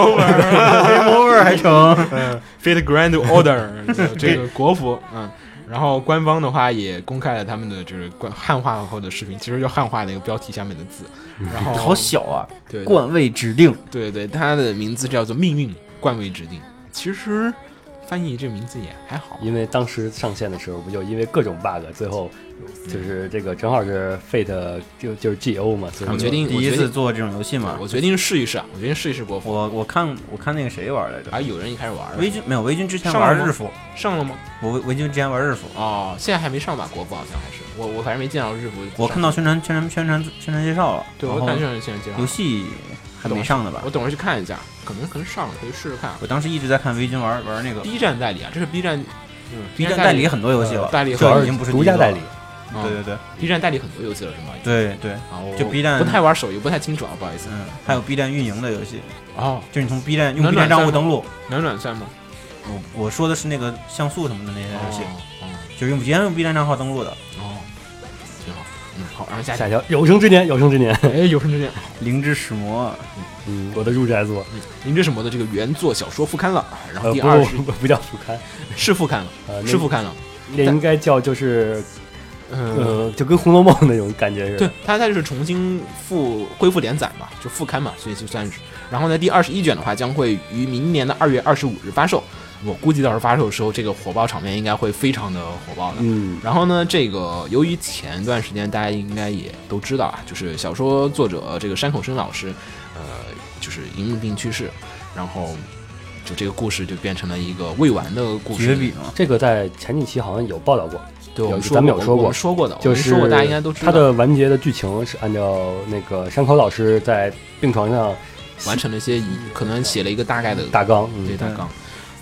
Over 还成 ，Fate Grand Order 这个国服，然后官方的话也公开了他们的就是汉化后的视频，其实就汉化那个标题下面的字，然后好小啊， 对， 冠位指定， 对，它的名字叫做命运冠位指定，其实翻译这名字也还好， 因为当时上线的时候不就因为各种 bug， 最后就是这个正好是 Fate 就是 GO 嘛，所以我决定第一次做这种游戏嘛， 我决定试一试，国服。 我看那个谁玩来着？ 有人一开始玩了。 微君没有，微君之前玩日服上了吗？ 我微君之前玩日服哦，现在还没上吧？国服好像还是我反正没见到日服。 我看到宣传介绍了， 对，我看宣传介绍。 游戏还没上的吧？ 我等会儿去看一下，可能上了，可以试试看。 我当时一直在看微君玩那个 B 站代理啊，这是 B 站代理很多游戏了， 代理这已经不是独家代理。 对 ，B 站代理很多游戏了是吗？ 对，就 B 站不太玩手游，不太清楚啊，不好意思。 还有 B 站运营的游戏就你从 B 站用 B 站账户登录， 暖算吗？ 我说的是那个像素什么的那些游戏，就是直接用 B 站账号登录的。 挺好。好，然后下条有生之年，有生之年， 灵之使魔， 我的入宅作， 灵之使魔的这个原作小说复刊了，然后第二不叫复刊， 是复刊了，是复刊了， 那应该叫就是就跟《红楼梦》那种感觉似的。 对，它就是重新恢复连载嘛，就复刊嘛，所以就算是。然后呢，第21卷的话将会于明年的2月25日发售。我估计到时候发售的时候，这个火爆场面应该会非常的火爆的。然后呢，这个由于前段时间大家应该也都知道啊，就是小说作者这个山口生老师，就是因病去世，然后就这个故事就变成了一个未完的故事。 绝笔嘛， 这个在前几期好像有报道过。 对， 咱们有说过，就是大家应该都知道。 它的完结的剧情是按照那个山口老师在病床上完成了一些，可能写了一个大概的大纲， 对大纲。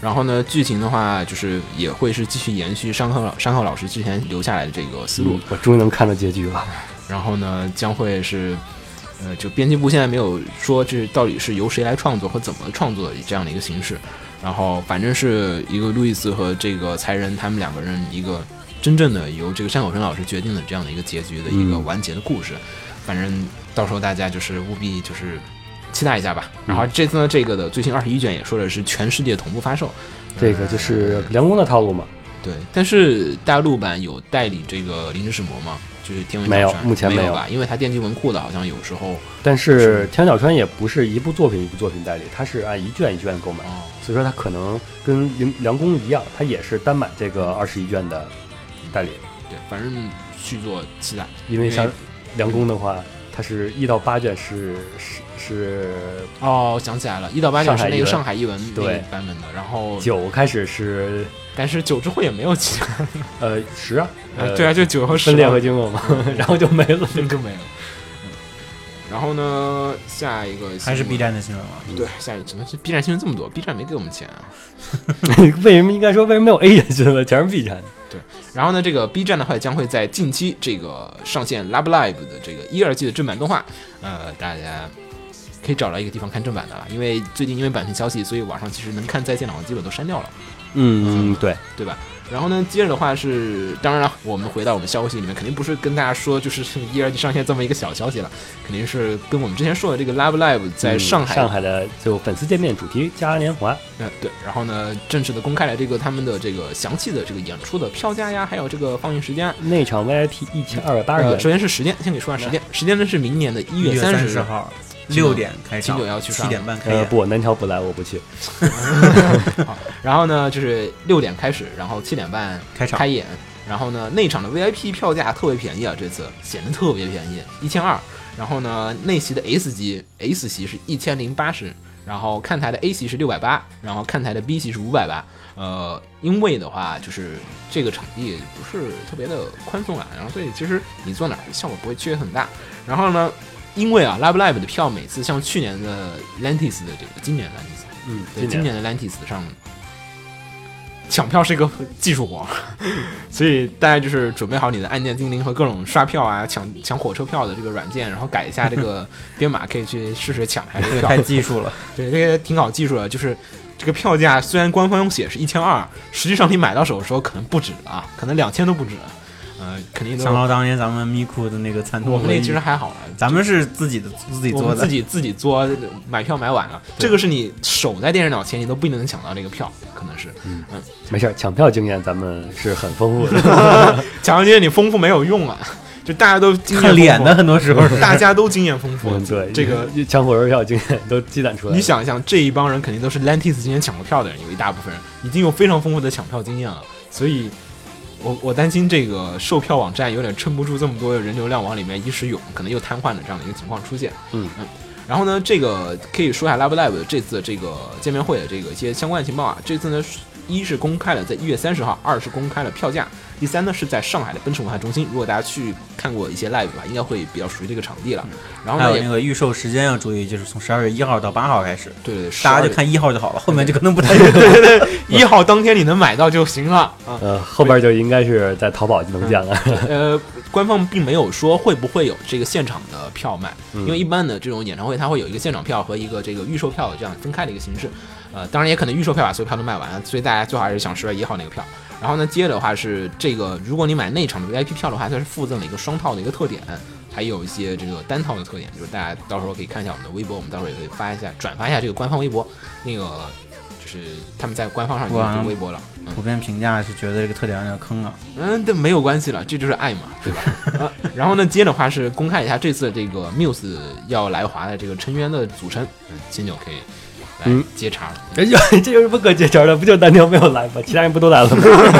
然后呢，剧情的话就是也会是继续延续山口老师之前留下来的这个思路。 我终于能看到结局了。 然后呢，将会是就编辑部现在没有说这到底是由谁来创作和怎么创作这样的一个形式。然后反正是一个路易斯和这个才人他们两个人一个真正的由这个山口真老师决定的这样的一个结局的一个完结的故事。反正到时候大家就是务必就是期待一下吧。然后这次呢，这个的最新21卷也说的是全世界同步发售， 这个就是梁公的套路嘛。 对，但是大陆版有代理这个灵之使魔吗？就是天文角川目前没有吧，因为它电击文库的好像有时候。 但是天文角川也不是一部作品一部作品代理，它是按一卷一卷购买，所以说它可能跟梁公一样，它也是单买这个21卷的代理。 对，反正续作期待， 因为像梁公的话，它是1到8卷是哦，想起来了，1到8卷是那个上海译文那个版本的，然后 9开始是， 但是9之后也没有其他 10啊， 对啊，就9和10 分裂和经过嘛，然后就没了， 就没了。然后呢，下一个还是 B 站的新闻吗？ 对，下一个只能是 B 站新闻这么多 ，B 站没给我们钱啊。 为什么应该说为什么没有 A 站新闻，全是 B 站？ 对，然后呢，这个 B 站的话将会在近期这个上线 Love Live 的这个1、2季的正版动画，大家可以找到一个地方看正版的了，因为最近因为版权消息，所以网上其实能看在线的好像基本都删掉了。 对吧？然后呢，接着的话是，当然了，我们回到我们消息里面，肯定不是跟大家说就是1、2季上线这么一个小消息了，肯定是跟我们之前说的这个 Love Live 在上海的就粉丝见面主题嘉年华， 对，然后呢，正式的公开了这个他们的这个详细的这个演出的票价呀，还有这个放映时间。 那场 VIP 1280元。 首先是时间，先给说下时间，时间呢是明年的1月30号。 6点开场， 金九要去上 7点半开演。 不，南条不来，我不去。 好，然后呢，就是6点开始，然后7点半开演。然后呢，内场的 VIP 票价特别便宜啊，这次显得特别便宜，1200。然后呢，内席的 S 席是1080，然后看台的 A 席是680，然后看台的 B 席是580。因为的话，就是这个场地不是特别的宽松啊，然后所以其实你坐哪儿效果不会区别很大。然后呢，因为啊 Love Live 的票每次像去年的 Lantis 的这个今年的 Lantis，今年的 Lantis 上抢票是一个技术活，所以大家就是准备好你的按键精灵和各种刷票啊、抢火车票的这个软件，然后改一下这个编码，可以去试试抢一下这个票。 太技术了， 对，这个挺搞技术的，就是这个票价虽然官方写是1200，实际上你买到手的时候可能不止啊，可能2000都不止。肯定都想到当年咱们咪咕的那个惨痛， 我们那其实还好了， 咱们是自己做的， 我们自己做，买票买晚了，这个是你守在电视脑前，你都不一定能抢到这个票，可能是， 没事，抢票经验咱们是很丰富的， 抢票经验你丰富没有用啊，就大家都经验看脸的，很多时候大家都经验丰富， 对， 这个抢火车票经验都积攒出来。 你想一想，这一帮人肯定都是 Lantis 今年抢过票的人，有一大部分人已经有非常丰富的抢票经验了，所以。我担心这个售票网站有点撑不住这么多的人流量往里面一时涌，可能又瘫痪的这样的一个情况出现。然后呢，这个可以说一下 Love Live 这次这个见面会的这个一些相关的情报啊。这次呢，一是公开了在1月30号，2是公开了票价，第3呢是在上海的奔驰文化中心。如果大家去看过一些 live 吧，应该会比较熟悉这个场地了。然后呢， 还有那个预售时间要注意，就是从12月1号到8号开始。 对， 大家就看1号就好了，后面就可能不太对，1号当天你能买到就行了。 后边就应该是在淘宝就能见了。 官方并没有说会不会有这个现场的票卖，因为一般的这种演唱会它会有一个现场票和一个这个预售票这样分开的一个形式。当然也可能预售票把所有票都卖完了，所以大家最好还是想10月1号那个票。然后呢，接着的话是这个，如果你买内场的 VIP 票的话，它是附赠了一个双套的一个特点，还有一些这个单套的特点，就是大家到时候可以看一下我们的微博，我们到时候也可以转发一下这个官方微博，那个就是他们在官方上有这个微博了。 普遍评价是觉得这个特点有点坑啊。 这没有关系了，这就是爱嘛，对吧？然后呢，接着的话是公开一下这次这个 Muse 要来华的这个成员的组成，金九可以。接茬了， 这有什么可接茬的？不就单挑没有来吗？其他人不都来了吗？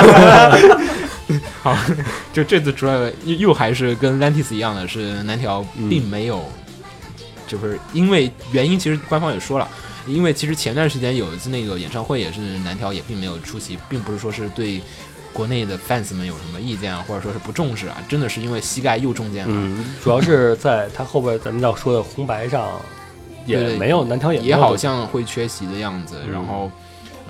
好，就这次主要又还是跟 Lantis 一样的是南条并没有，就是因为原因，其实官方也说了，因为其实前段时间有一次那个演唱会也是南条也并没有出席，并不是说是对国内的 fans 们有什么意见啊，或者说是不重视啊，真的是因为膝盖又中箭了。 主要是在他后边咱们要说的红白上。也没有南条也好像会缺席的样子，然后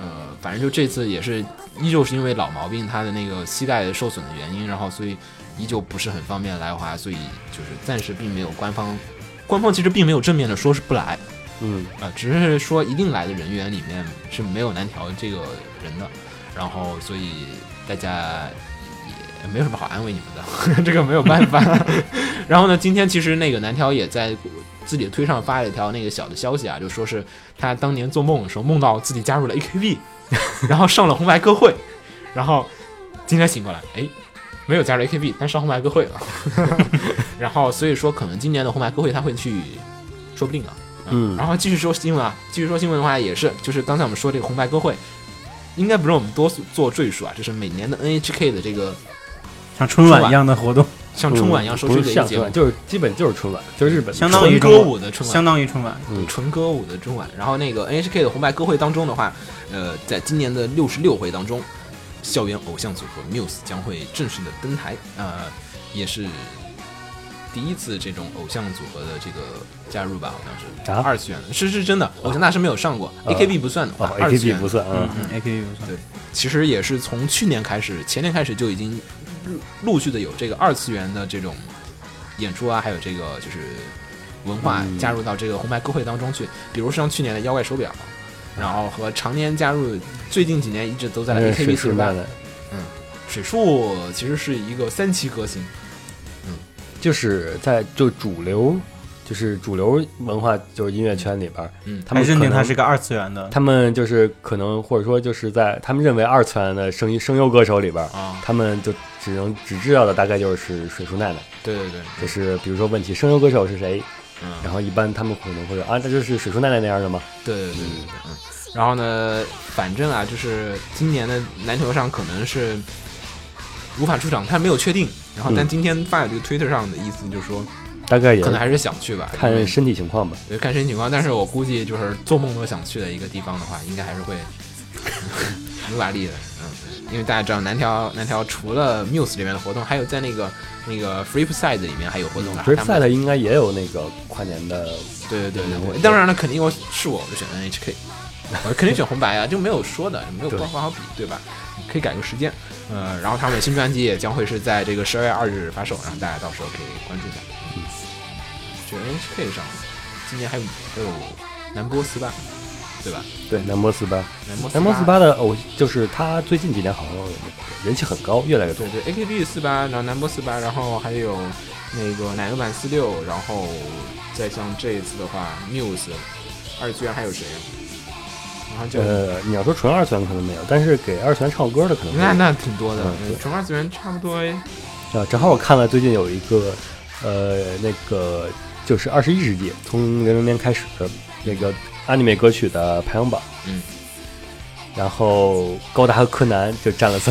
反正就这次也是依旧是因为老毛病，他的那个膝盖受损的原因，然后所以依旧不是很方便来华，所以就是暂时并没有官方其实并没有正面的说是不来，只是说一定来的人员里面是没有南条这个人的，然后所以大家也没有什么好安慰你们的，这个没有办法。然后呢，今天其实那个南条也在自己的推上发了一条那个小的消息啊，就说是他当年做梦的时候梦到自己加入了 AKB， 然后上了红白歌会，然后今天醒过来，没有加入 AKB， 但上红白歌会了。然后所以说可能今年的红白歌会他会去，说不定啊。然后继续说新闻的话也是，就是刚才我们说这个红白歌会，应该不是我们多做赘述啊，就是每年的 NHK 的这个像春晚一样的活动。 像春晚一样收视的一个节目， 就是基本就是春晚，就是日本相当于歌舞的春晚， 相当于春晚， 纯歌舞的春晚。然后那个 NHK 的红白歌会当中的话，在今年的66回当中，校园偶像组合 Muse 将会正式的登台，也是第一次这种偶像组合的这个加入吧，好像是二次元的，是真的，偶像大师没有上过，AKB 不算的话 ，AKB 不算 ，AKB 不算， 对，其实也是从前年开始就已经陆续的有这个二次元的这种演出啊，还有这个就是文化加入到这个红白歌会当中去，比如像去年的妖怪手表，然后和常年加入，最近几年一直都在 AKB 48的，水树其实是一个3期歌星， 就是在主流文化就是音乐圈里边，他们认定他是个二次元的， 他们就是可能或者说就是在他们认为二次元的声优歌手里边，他们就只知道的大概就是水树奈奈， 对， 就是比如说问起声优歌手是谁，然后一般他们可能会说那就是水树奈奈那样的吗？ 对，然后呢，反正啊，就是今年的篮球上可能是无法出场，他没有确定，然后但今天发的这个 Twitter 上的意思就是说。 大概也可能还是想去吧， 看身体情况吧。 对，看身体情况，但是我估计就是做梦都想去的一个地方的话，应该还是会努把力的。因为大家知道南条除了 Muse 这边的活动，还有在那个 Flipside 里面还有活动的。 Flipside 应该也有那个跨年的。 对，当然了，肯定我就选 NHK， 我肯定选红白啊，就没有说的，没有官方好比，对吧？可以改个时间，然后他们的新专辑也将会是在这个12月2日发售，然后大家到时候可以关注一下。这 NHK 上今年还有南波48，对吧？ 对，南波48的就是他最近几年好像人气很高，越来越多。 对 AKB 48，然后南波48，然后还有那个奶油版46，然后再像这一次的话 Muse 二次元还有谁？然后就你要说纯二次元可能没有，但是给二次元唱歌的可能那挺多的，纯二次元差不多。 正好我看了最近有一个那个就是21世纪从人龙年开始的那个anime歌曲的排行榜，然后高达和柯南就占了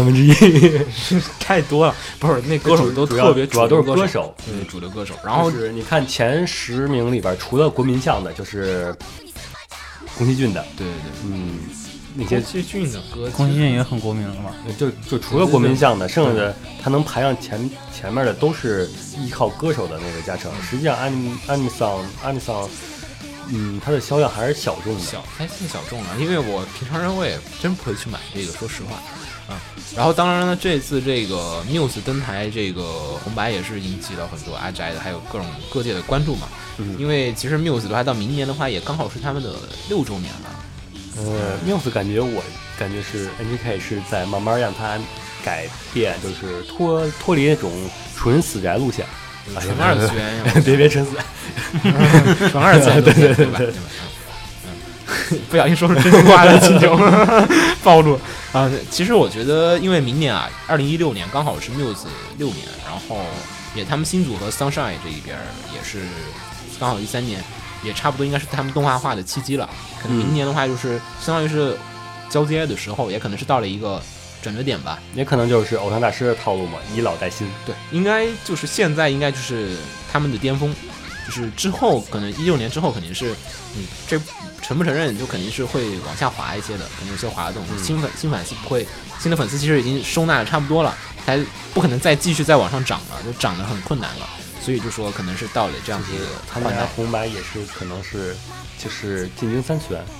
1/3， 太多了。不是，那歌手都特别主要都是歌手， 主流歌手。然后就是你看前10名里边，除了国民向的，就是宫崎骏的， 对， 那些宫崎骏的歌， 宫崎骏也很国民了嘛。 就除了国民向的，剩下的他能排上前面的都是依靠歌手的那个加成。实际上安妮桑，它的销量还是小众的， 还算小众啊。因为我平常人我也真不会去买这个，说实话然后当然了，这次这个 Muse 登台这个红白也是引起了很多阿宅的还有各界的关注嘛。因为其实 Muse 的话到明年的话也刚好是他们的6周年了。 Muse 感觉是 NHK 是在慢慢让它改变，就是脱离那种纯死宅路线， 纯二次元， 别纯死， 纯二次元，对。不小心说出真心话了，秦九暴露啊！其实我觉得，因为明年啊，2016年刚好是 Muse 6年，然后他们新组合 Sunshine 这一边也是刚好13年。也差不多应该是他们动画化的契机了，可能明年的话就是相当于是交接的时候，也可能是到了一个转折点吧， 也可能就是偶像大师的套路嘛，以老带新。 对，应该就是现在应该就是他们的巅峰，就是之后可能16年之后肯定是，这承不承认就肯定是会往下滑一些的，肯定有些滑动。新的粉丝其实已经收纳的差不多了，才不可能再继续再往上涨了，就涨得很困难了。所以就说可能是到了这样子的他们家红白也是可能是就是进军3次元，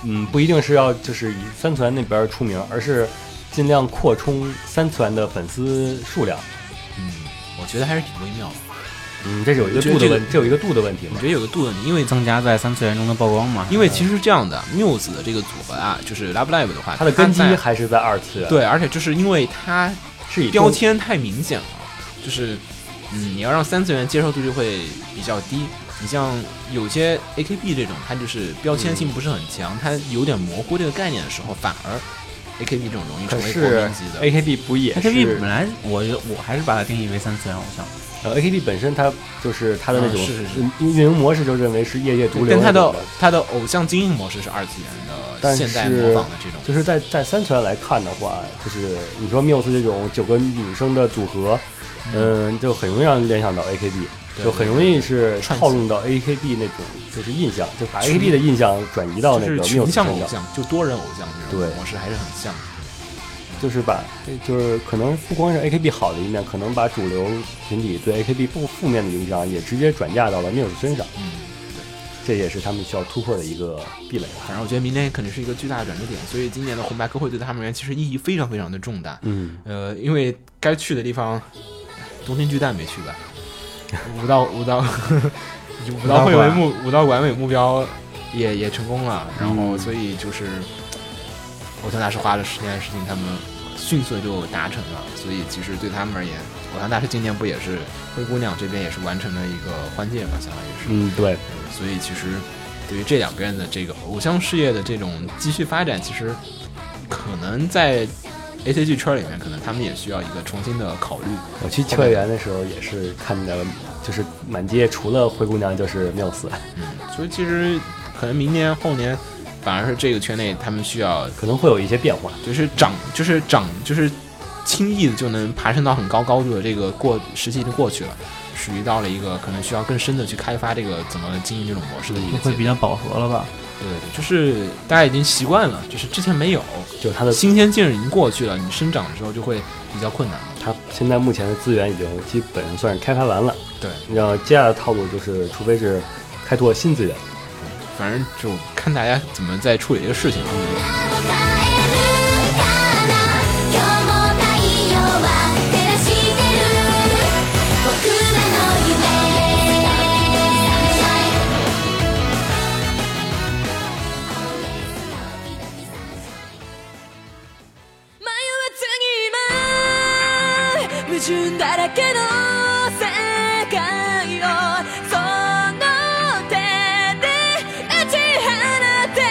不一定是要就是以3次元那边出名，而是尽量扩充3次元的粉丝数量。 我觉得还是挺微妙的。 这是有一个度的问，这有一个度的问题嘛？ 我觉得有个度的问题，因为增加在3次元中的曝光嘛。 因为其实这样的 Muse 的这个组合啊，就是 Love Live 的话， 它的根基还是在2次元。 对，而且就是因为它是以标签太明显了，就是你要让3次元接受度就会比较低。你像有些 AKB 这种，它就是标签性不是很强，它有点模糊这个概念的时候，反而 AKB 这种容易成为国民级的。 AKB 不也是 AKB 本来我还是把它定义为3次元偶像。 AKB 本身它就是它的那种运营模式就认为是业界毒瘤， 跟它的偶像经营模式是2次元的现代模仿的这种。 就是在3次元来看的话，就是你说 Muse 这种9个女生的组合，就很容易让人联想到 AKB。就很容易是套用到 AKB 那种就是印象，就把 AKB 的印象转移到那个 Muse 身上， 偶像就多人偶像这种模式还是很像。 就是可能不光是 AKB 好的一面，可能把主流群体对 AKB 负面的影响也直接转嫁到了 Muse 身上。这也是他们需要突破的一个壁垒。 反正我觉得明年肯定是一个巨大的转折点，所以今年的红白歌会对他们而言其实意义非常非常的重大。因为该去的地方，东京巨蛋没去吧？武道会为武道馆为目标也成功了，然后所以就是偶像大师花了10年的事情，他们迅速就达成了，所以其实对他们而言，偶像大师今年不也是灰姑娘这边也是完成了一个换届嘛，相当于是对， 所以其实对于这2个人的这个偶像事业的这种继续发展，其实可能在ACG 圈里面，可能他们也需要一个重新的考虑。 我去秋叶原的时候也是看到了，就是满街除了灰姑娘就是 Muse。 所以其实可能明年后年，反而是这个圈内他们需要可能会有一些变化， 就是轻易的就能爬升到很高度的这个时期已经过去了，属于到了一个可能需要更深的去开发这个怎么经营这种模式的一个会比较饱和了吧？ 对，就是大家已经习惯了，就是之前没有， 就它的新鲜劲儿已经过去了，你生长的时候就会比较困难。 它现在目前的资源已经基本上算是开发完了， 对， 然后接下来的套路就是除非是开拓新资源， 反正就看大家怎么在处理这个事情。 矛盾だらけの世界をその手で打ち放て。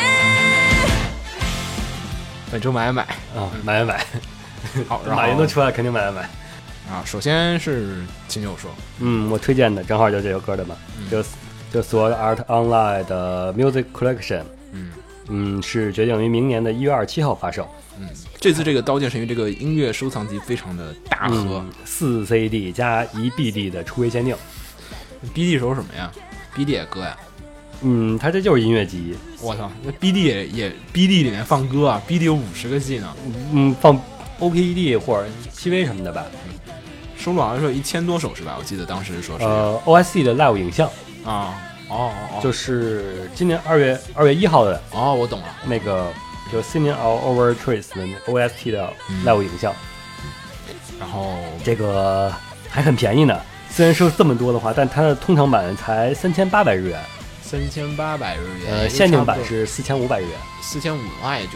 本周买买。 好， 马云都出来，肯定买啊！首先是秦九说， 我推荐的正好就这首歌的嘛，就 Sword Art Online 的 Music Collection，是决定于明年的1月27号发售。 这次这个《刀剑神域》这个音乐收藏集非常的大盒 ，4 CD 加1 BD 的初回限定。 BD 是什么呀 ？BD 也歌呀？ 它这就是音乐集。 我操，那 BD 也 BD 里面放歌啊 ，BD 有50个 G 呢。 放 OPED 或者 PV 什么的吧。 收录好像说1000多首是吧？我记得当时说是。 OSC 的 Live 影像啊， 就是今年2月1号的。 我懂了， 那个。就 Singing All Over Trees 的 OST 的 live 影像， 然后这个还很便宜呢。虽然说这么多的话，但它的通常版才3800日元 ，3800日元。 限定版是4500日元 ，4500的话也就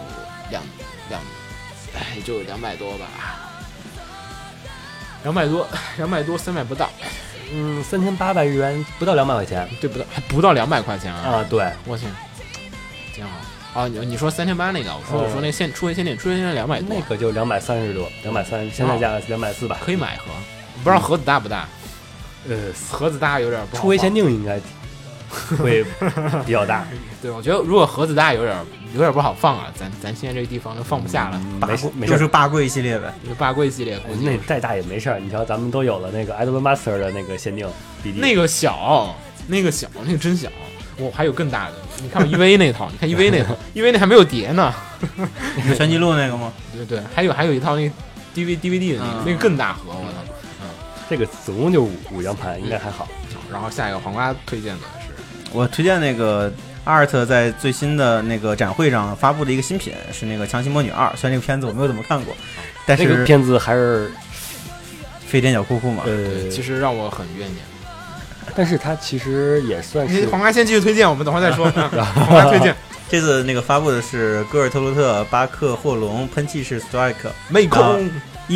也就200多吧，200多300不到。 3800日元不到200块钱， 对，不到200块钱啊！ 对， 我去，挺好。你说3800那个，我说那初回限定200多， 那个就230多，230，现在价格240吧， 可以买盒，不知道盒子大不大？盒子大有点不好。 初回限定应该会比较大。 对，我觉得如果盒子大有点不好放啊，咱现在这个地方都放不下了。 没事， 就是霸贵系列呗， 霸贵系列。 那再大也没事儿，你瞧咱们都有了那个 Idol Master 的那个限定 BD， 那个真小。我还有更大的，你看我 EVA 那套，你看 EVA 那套，EVA 那还没有碟呢。 全记录那个吗？ 对，还有一套那个 DVD 的那个更大盒，我操。 这个总共就5张盘，应该还好。 然后下一个黄瓜推荐的是， 我推荐那个 Art 在最新的那个展会上发布的一个新品是那个《强袭魔女2》，虽然这个片子我没有怎么看过，但是这个片子还是飞天小裤裤嘛。 其实让我很怨念。 但是它其实也算是黄瓜先继续推荐，我们等会儿再说。黄瓜推荐这次那个发布的是戈尔特鲁特、巴克、霍龙、喷气式 Strike 妹控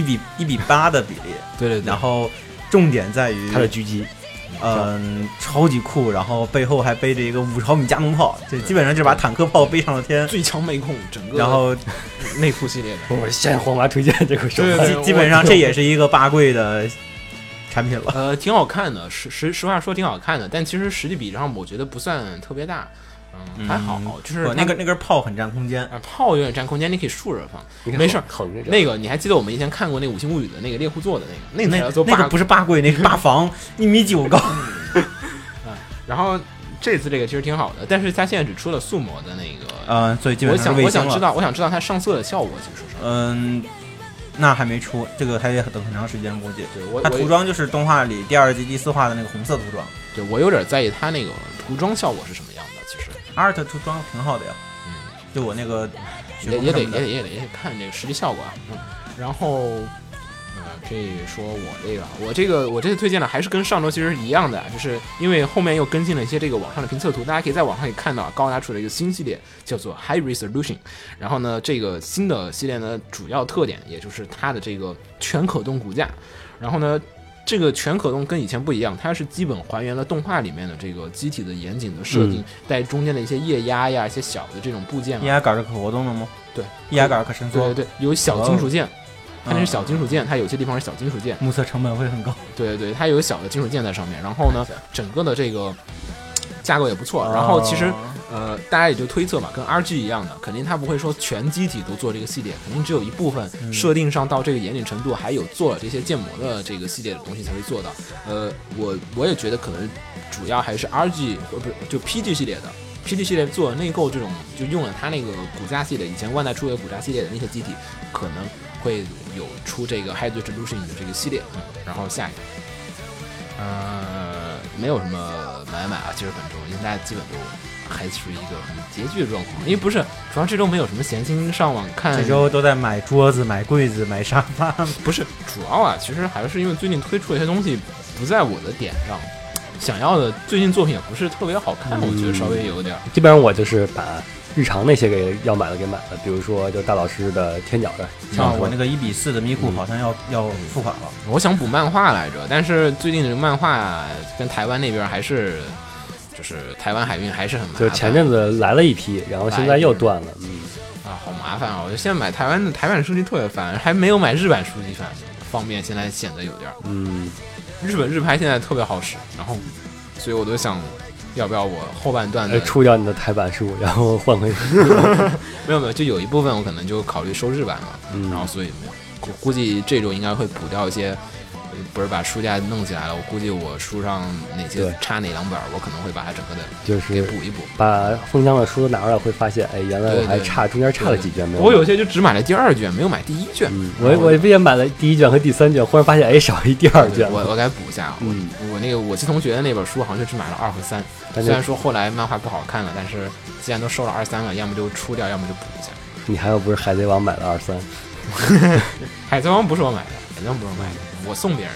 1:8的比例。 对， 然后重点在于它的狙击。 超级酷，然后背后还背着一个5毫米加农炮，就基本上就把坦克炮背上了天， 最强妹控整个， 然后内裤系列的， 我向黄瓜推荐这个手办， 基本上这也是一个8贵的产品了。 挺好看的，实话说挺好看的，但其实实际比上我觉得不算特别大。还好，就是那根炮很占空间， 炮有点占空间，你可以竖着放，没事。那个你还记得我们以前看过那《五星物语》的那个猎户座的那个那个不是8贵，那是8防，1.9米高。 然后这次这个其实挺好的，但是它现在只出了速模的那个，所以基本上我想知道它上色的效果，其实是那还没出，这个还得等很长时间估计。 对， 它涂装就是动画里第2集第4话的那个红色涂装。 对，我有点在意它那个涂装效果是什么样的。其实 Art 涂装挺好的呀，就我那个也得看这个实际效果啊。然后这说我这次推荐的还是跟上周其实一样的，就是因为后面又更新了一些这个网上的评测图，大家可以在网上也看到高达出了一个新系列叫做 High Resolution。然后呢，这个新的系列呢，主要特点也就是它的这个全可动骨架。然后呢，这个全可动跟以前不一样，它是基本还原了动画里面的这个机体的严谨的设定，带中间的一些液压呀、一些小的这种部件。 液压杆是可活动的吗？ 对， 液压杆可伸缩。 对，有小金属件。它那是小金属件，它有些地方是小金属件， 目测成本会很高。 对，它有小的金属件在上面。然后呢，整个的这个架构也不错。然后其实大家也就推测嘛，跟 RG 一样的，肯定它不会说全机体都做这个系列，肯定只有一部分设定上到这个严谨程度，还有做了这些建模的这个系列的东西才会做到。我也觉得可能主要还是 RG 不是就 PG 系列的。PG 系列做了内购这种，就用了它那个骨架系列，以前万代出的骨架系列的那些机体，可能会有出这个 High Resolution 的这个系列。然后下一个，没有什么买啊，其实本周因为大家基本都还是一个很拮据的状况，因为不是主要这周没有什么闲心上网看， 这周都在买桌子、买柜子、买沙发， 不是主要啊，其实还是因为最近推出的一些东西不在我的点上。想要的最近作品也不是特别好看，我觉得稍微有点。 基本上我就是把日常那些要买的给买了，比如说就大老师的天角的， 我那个1:4的咪库好像要付款了。 我想补漫画来着，但是最近这个漫画跟台湾那边还是，就是台湾海运还是很麻烦。 就前阵子来了一批，然后现在又断了， 好麻烦啊！我就现在买台版的书籍特别烦，还没有买日版书籍方便，现在显得有点日拍现在特别好使，然后所以我都想要不要我后半段的出掉你的台版书，然后换回没有，就有一部分我可能就考虑收日版了，然后所以估计这周应该会补掉一些，不是把书架弄起来了，我估计我书上哪些差哪两本，我可能会把它整个的就是给补一补。 把封箱的书拿出来会发现，哎，原来我还中间差了几卷没有。 我有些就只买了第2卷，没有买第1卷。 我也买了第1卷和第3卷，忽然发现哎少一第2卷。 我该补一下。我那个我七同学的那本书好像就只买了2和3，虽然说后来漫画不好看了，但是既然都收了2、3了，要么就出掉，要么就补一下。 你还有不是海贼王买了2、 3？海贼王不是我买的，海贼王不是我买的。我送别人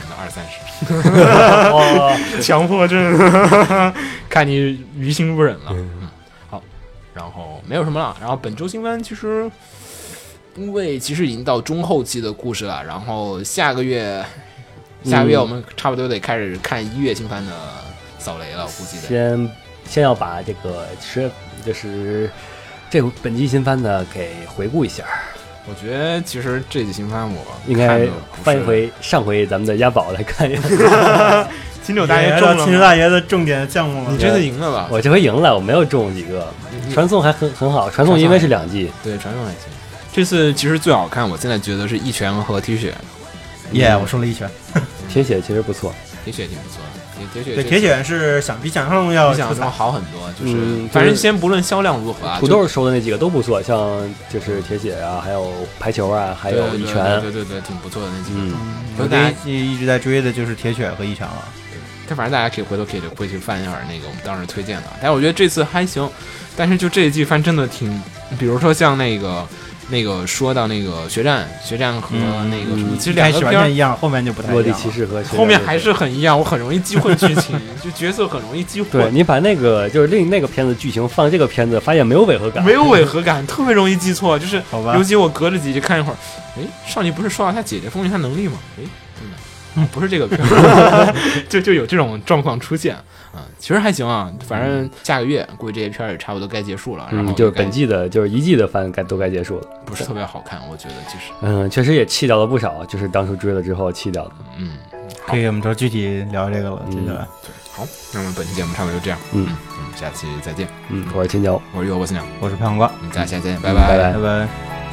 的2、30，强迫症，看你于心不忍了。好，然后没有什么了。然后本周新番其实，因为其实已经到中后期的故事了，然后下个月我们差不多得开始看1月新番的扫雷了，我估计得先要把这个就是这本季新番的给回顾一下。 我觉得其实这季新番我应该翻一回上回咱们的押宝来看一下。秦九大爷中了， 秦九大爷的重点项目了。 你这次赢了吧？ 我这回赢了，我没有中几个。传送还很好，传送因为是2季， 对，传送还行。这次其实最好看，我现在觉得是一拳和铁血。 我说了一拳。 铁血其实不错， 铁血挺不错的。 铁血是比想象中要好很多，就是反正先不论销量如何啊， 土豆收的那几个都不错，像就是铁血啊，还有排球啊，还有一拳， 对，挺不错的那几个。 我一直在追的就是铁血和一拳了。 但反正大家可以回头会去翻一会儿那个我们当时推荐的。但是我觉得这次还行，但是就这一季番真的挺，比如说像那个说到那个决战和那个什么，其实两个完全一样，后面就不太一样。 落地骑士和后面还是很一样，我很容易记混剧情，就角色很容易记混。 对，你把那个就是另那个片子剧情放这个片子，发现没有违和感， 没有违和感，特别容易记错。就是好吧， 尤其我隔着几集看一会儿，哎，上集不是说到他姐姐封印他能力吗？哎，不是这个片就有这种状况出现。其实还行啊，反正下个月估计这些片儿也差不多该结束了。然后就是本季的，就是一季的番都该结束了， 不是特别好看，我觉得其实。 确实也弃掉了不少，就是当初追了之后弃掉的。 可以，我们就具体聊这个了，接下来。 好，那我们本期节目差不多就这样。下期再见。 我是青椒， 我是月波新娘， 我是胖黄瓜， 大家下期再见，拜拜拜拜。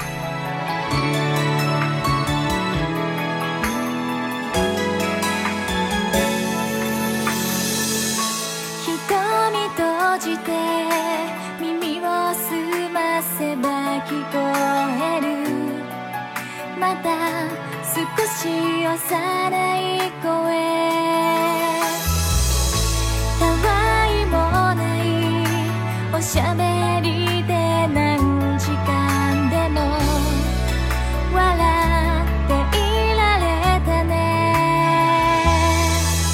また少し幼い声たわいもないおしゃべりで何時間でも笑っていられたね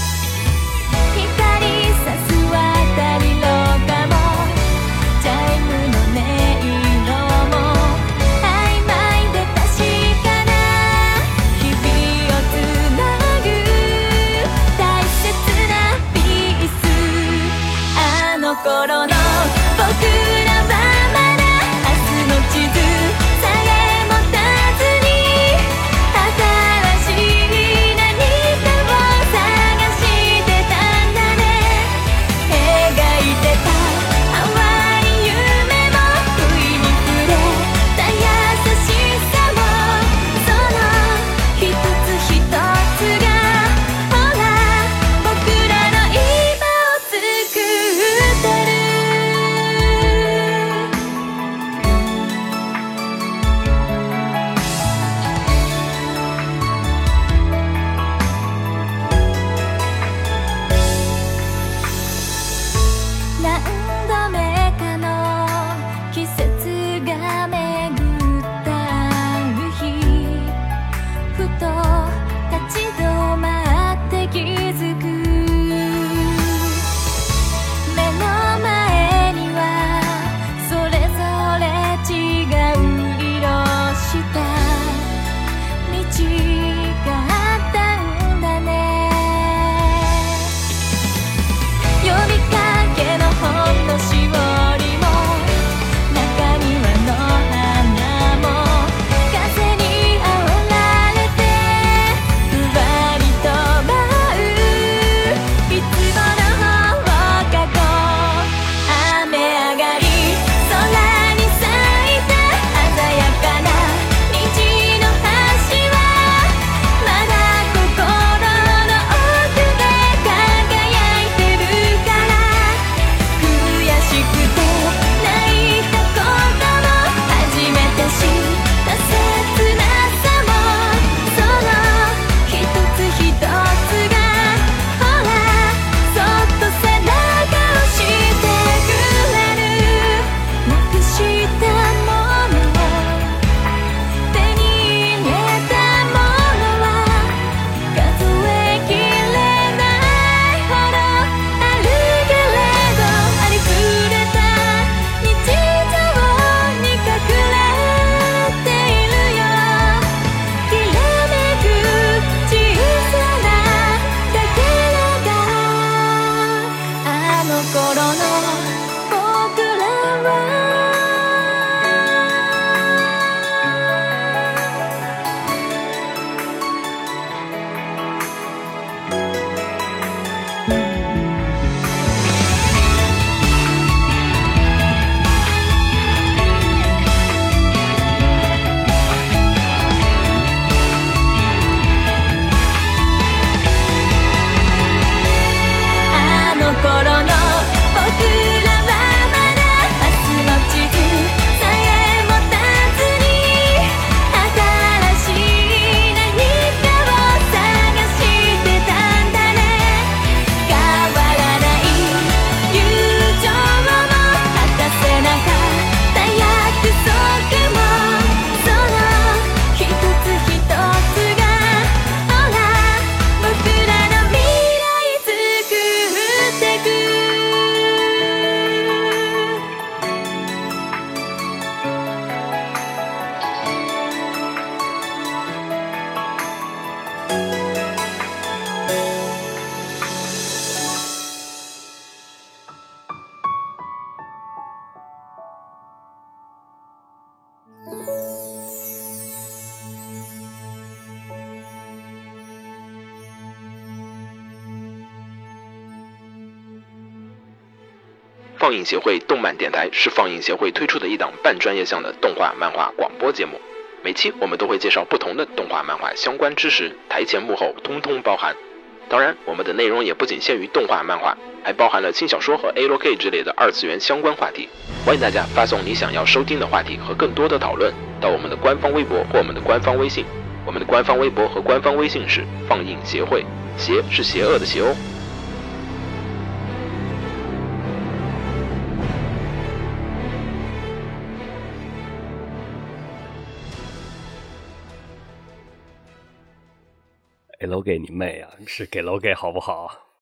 光さす渡り廊下もチャイムの音色も曖昧で確かな日々をつなぐ大切なピースあの頃の僕らはまだ明日の地図さえ持たずに新しい何かを探してたんだね描いてた淡い夢も不意に触れた優しさもその一つ一つがほら僕らの今を作ってる何度目かの季節が巡ったある日ふと立ち止まって気づく目の前にはそれぞれ違う色した道があったんだね呼びかけのほんのしおりも中庭の花も風にあおられてふわりと舞ういつもの放課後雨上がり空に咲いた鮮やかな虹の橋はまだ心の奥で輝いてるから悔しくて泣いたことも初めて知った切なさもその一つ一つがほらそっと背中を押してくれるなくしたもの手に入れたものは数えきれないほどあるけれどありふれた日常に隠れているよきらめく小さなかけらがあの頃の僕らはあの頃の僕らはまだ明日の地図さえ持たずに新しい何かを探してたんだね書放映协会动漫电台是放映协会推出的一档半专业向的动画漫画广播节目，每期我们都会介绍不同的动画漫画相关知识，台前幕后通通包含。当然，我们的内容也不仅限于动画漫画，还包含了轻小说和 A-K 之类的二次元相关话题。欢迎大家发送你想要收听的话题和更多的讨论到我们的官方微博或我们的官方微信。我们的官方微博和官方微信是放映协会，邪是邪恶的邪哦。 给楼给你妹啊！是给楼给好不好？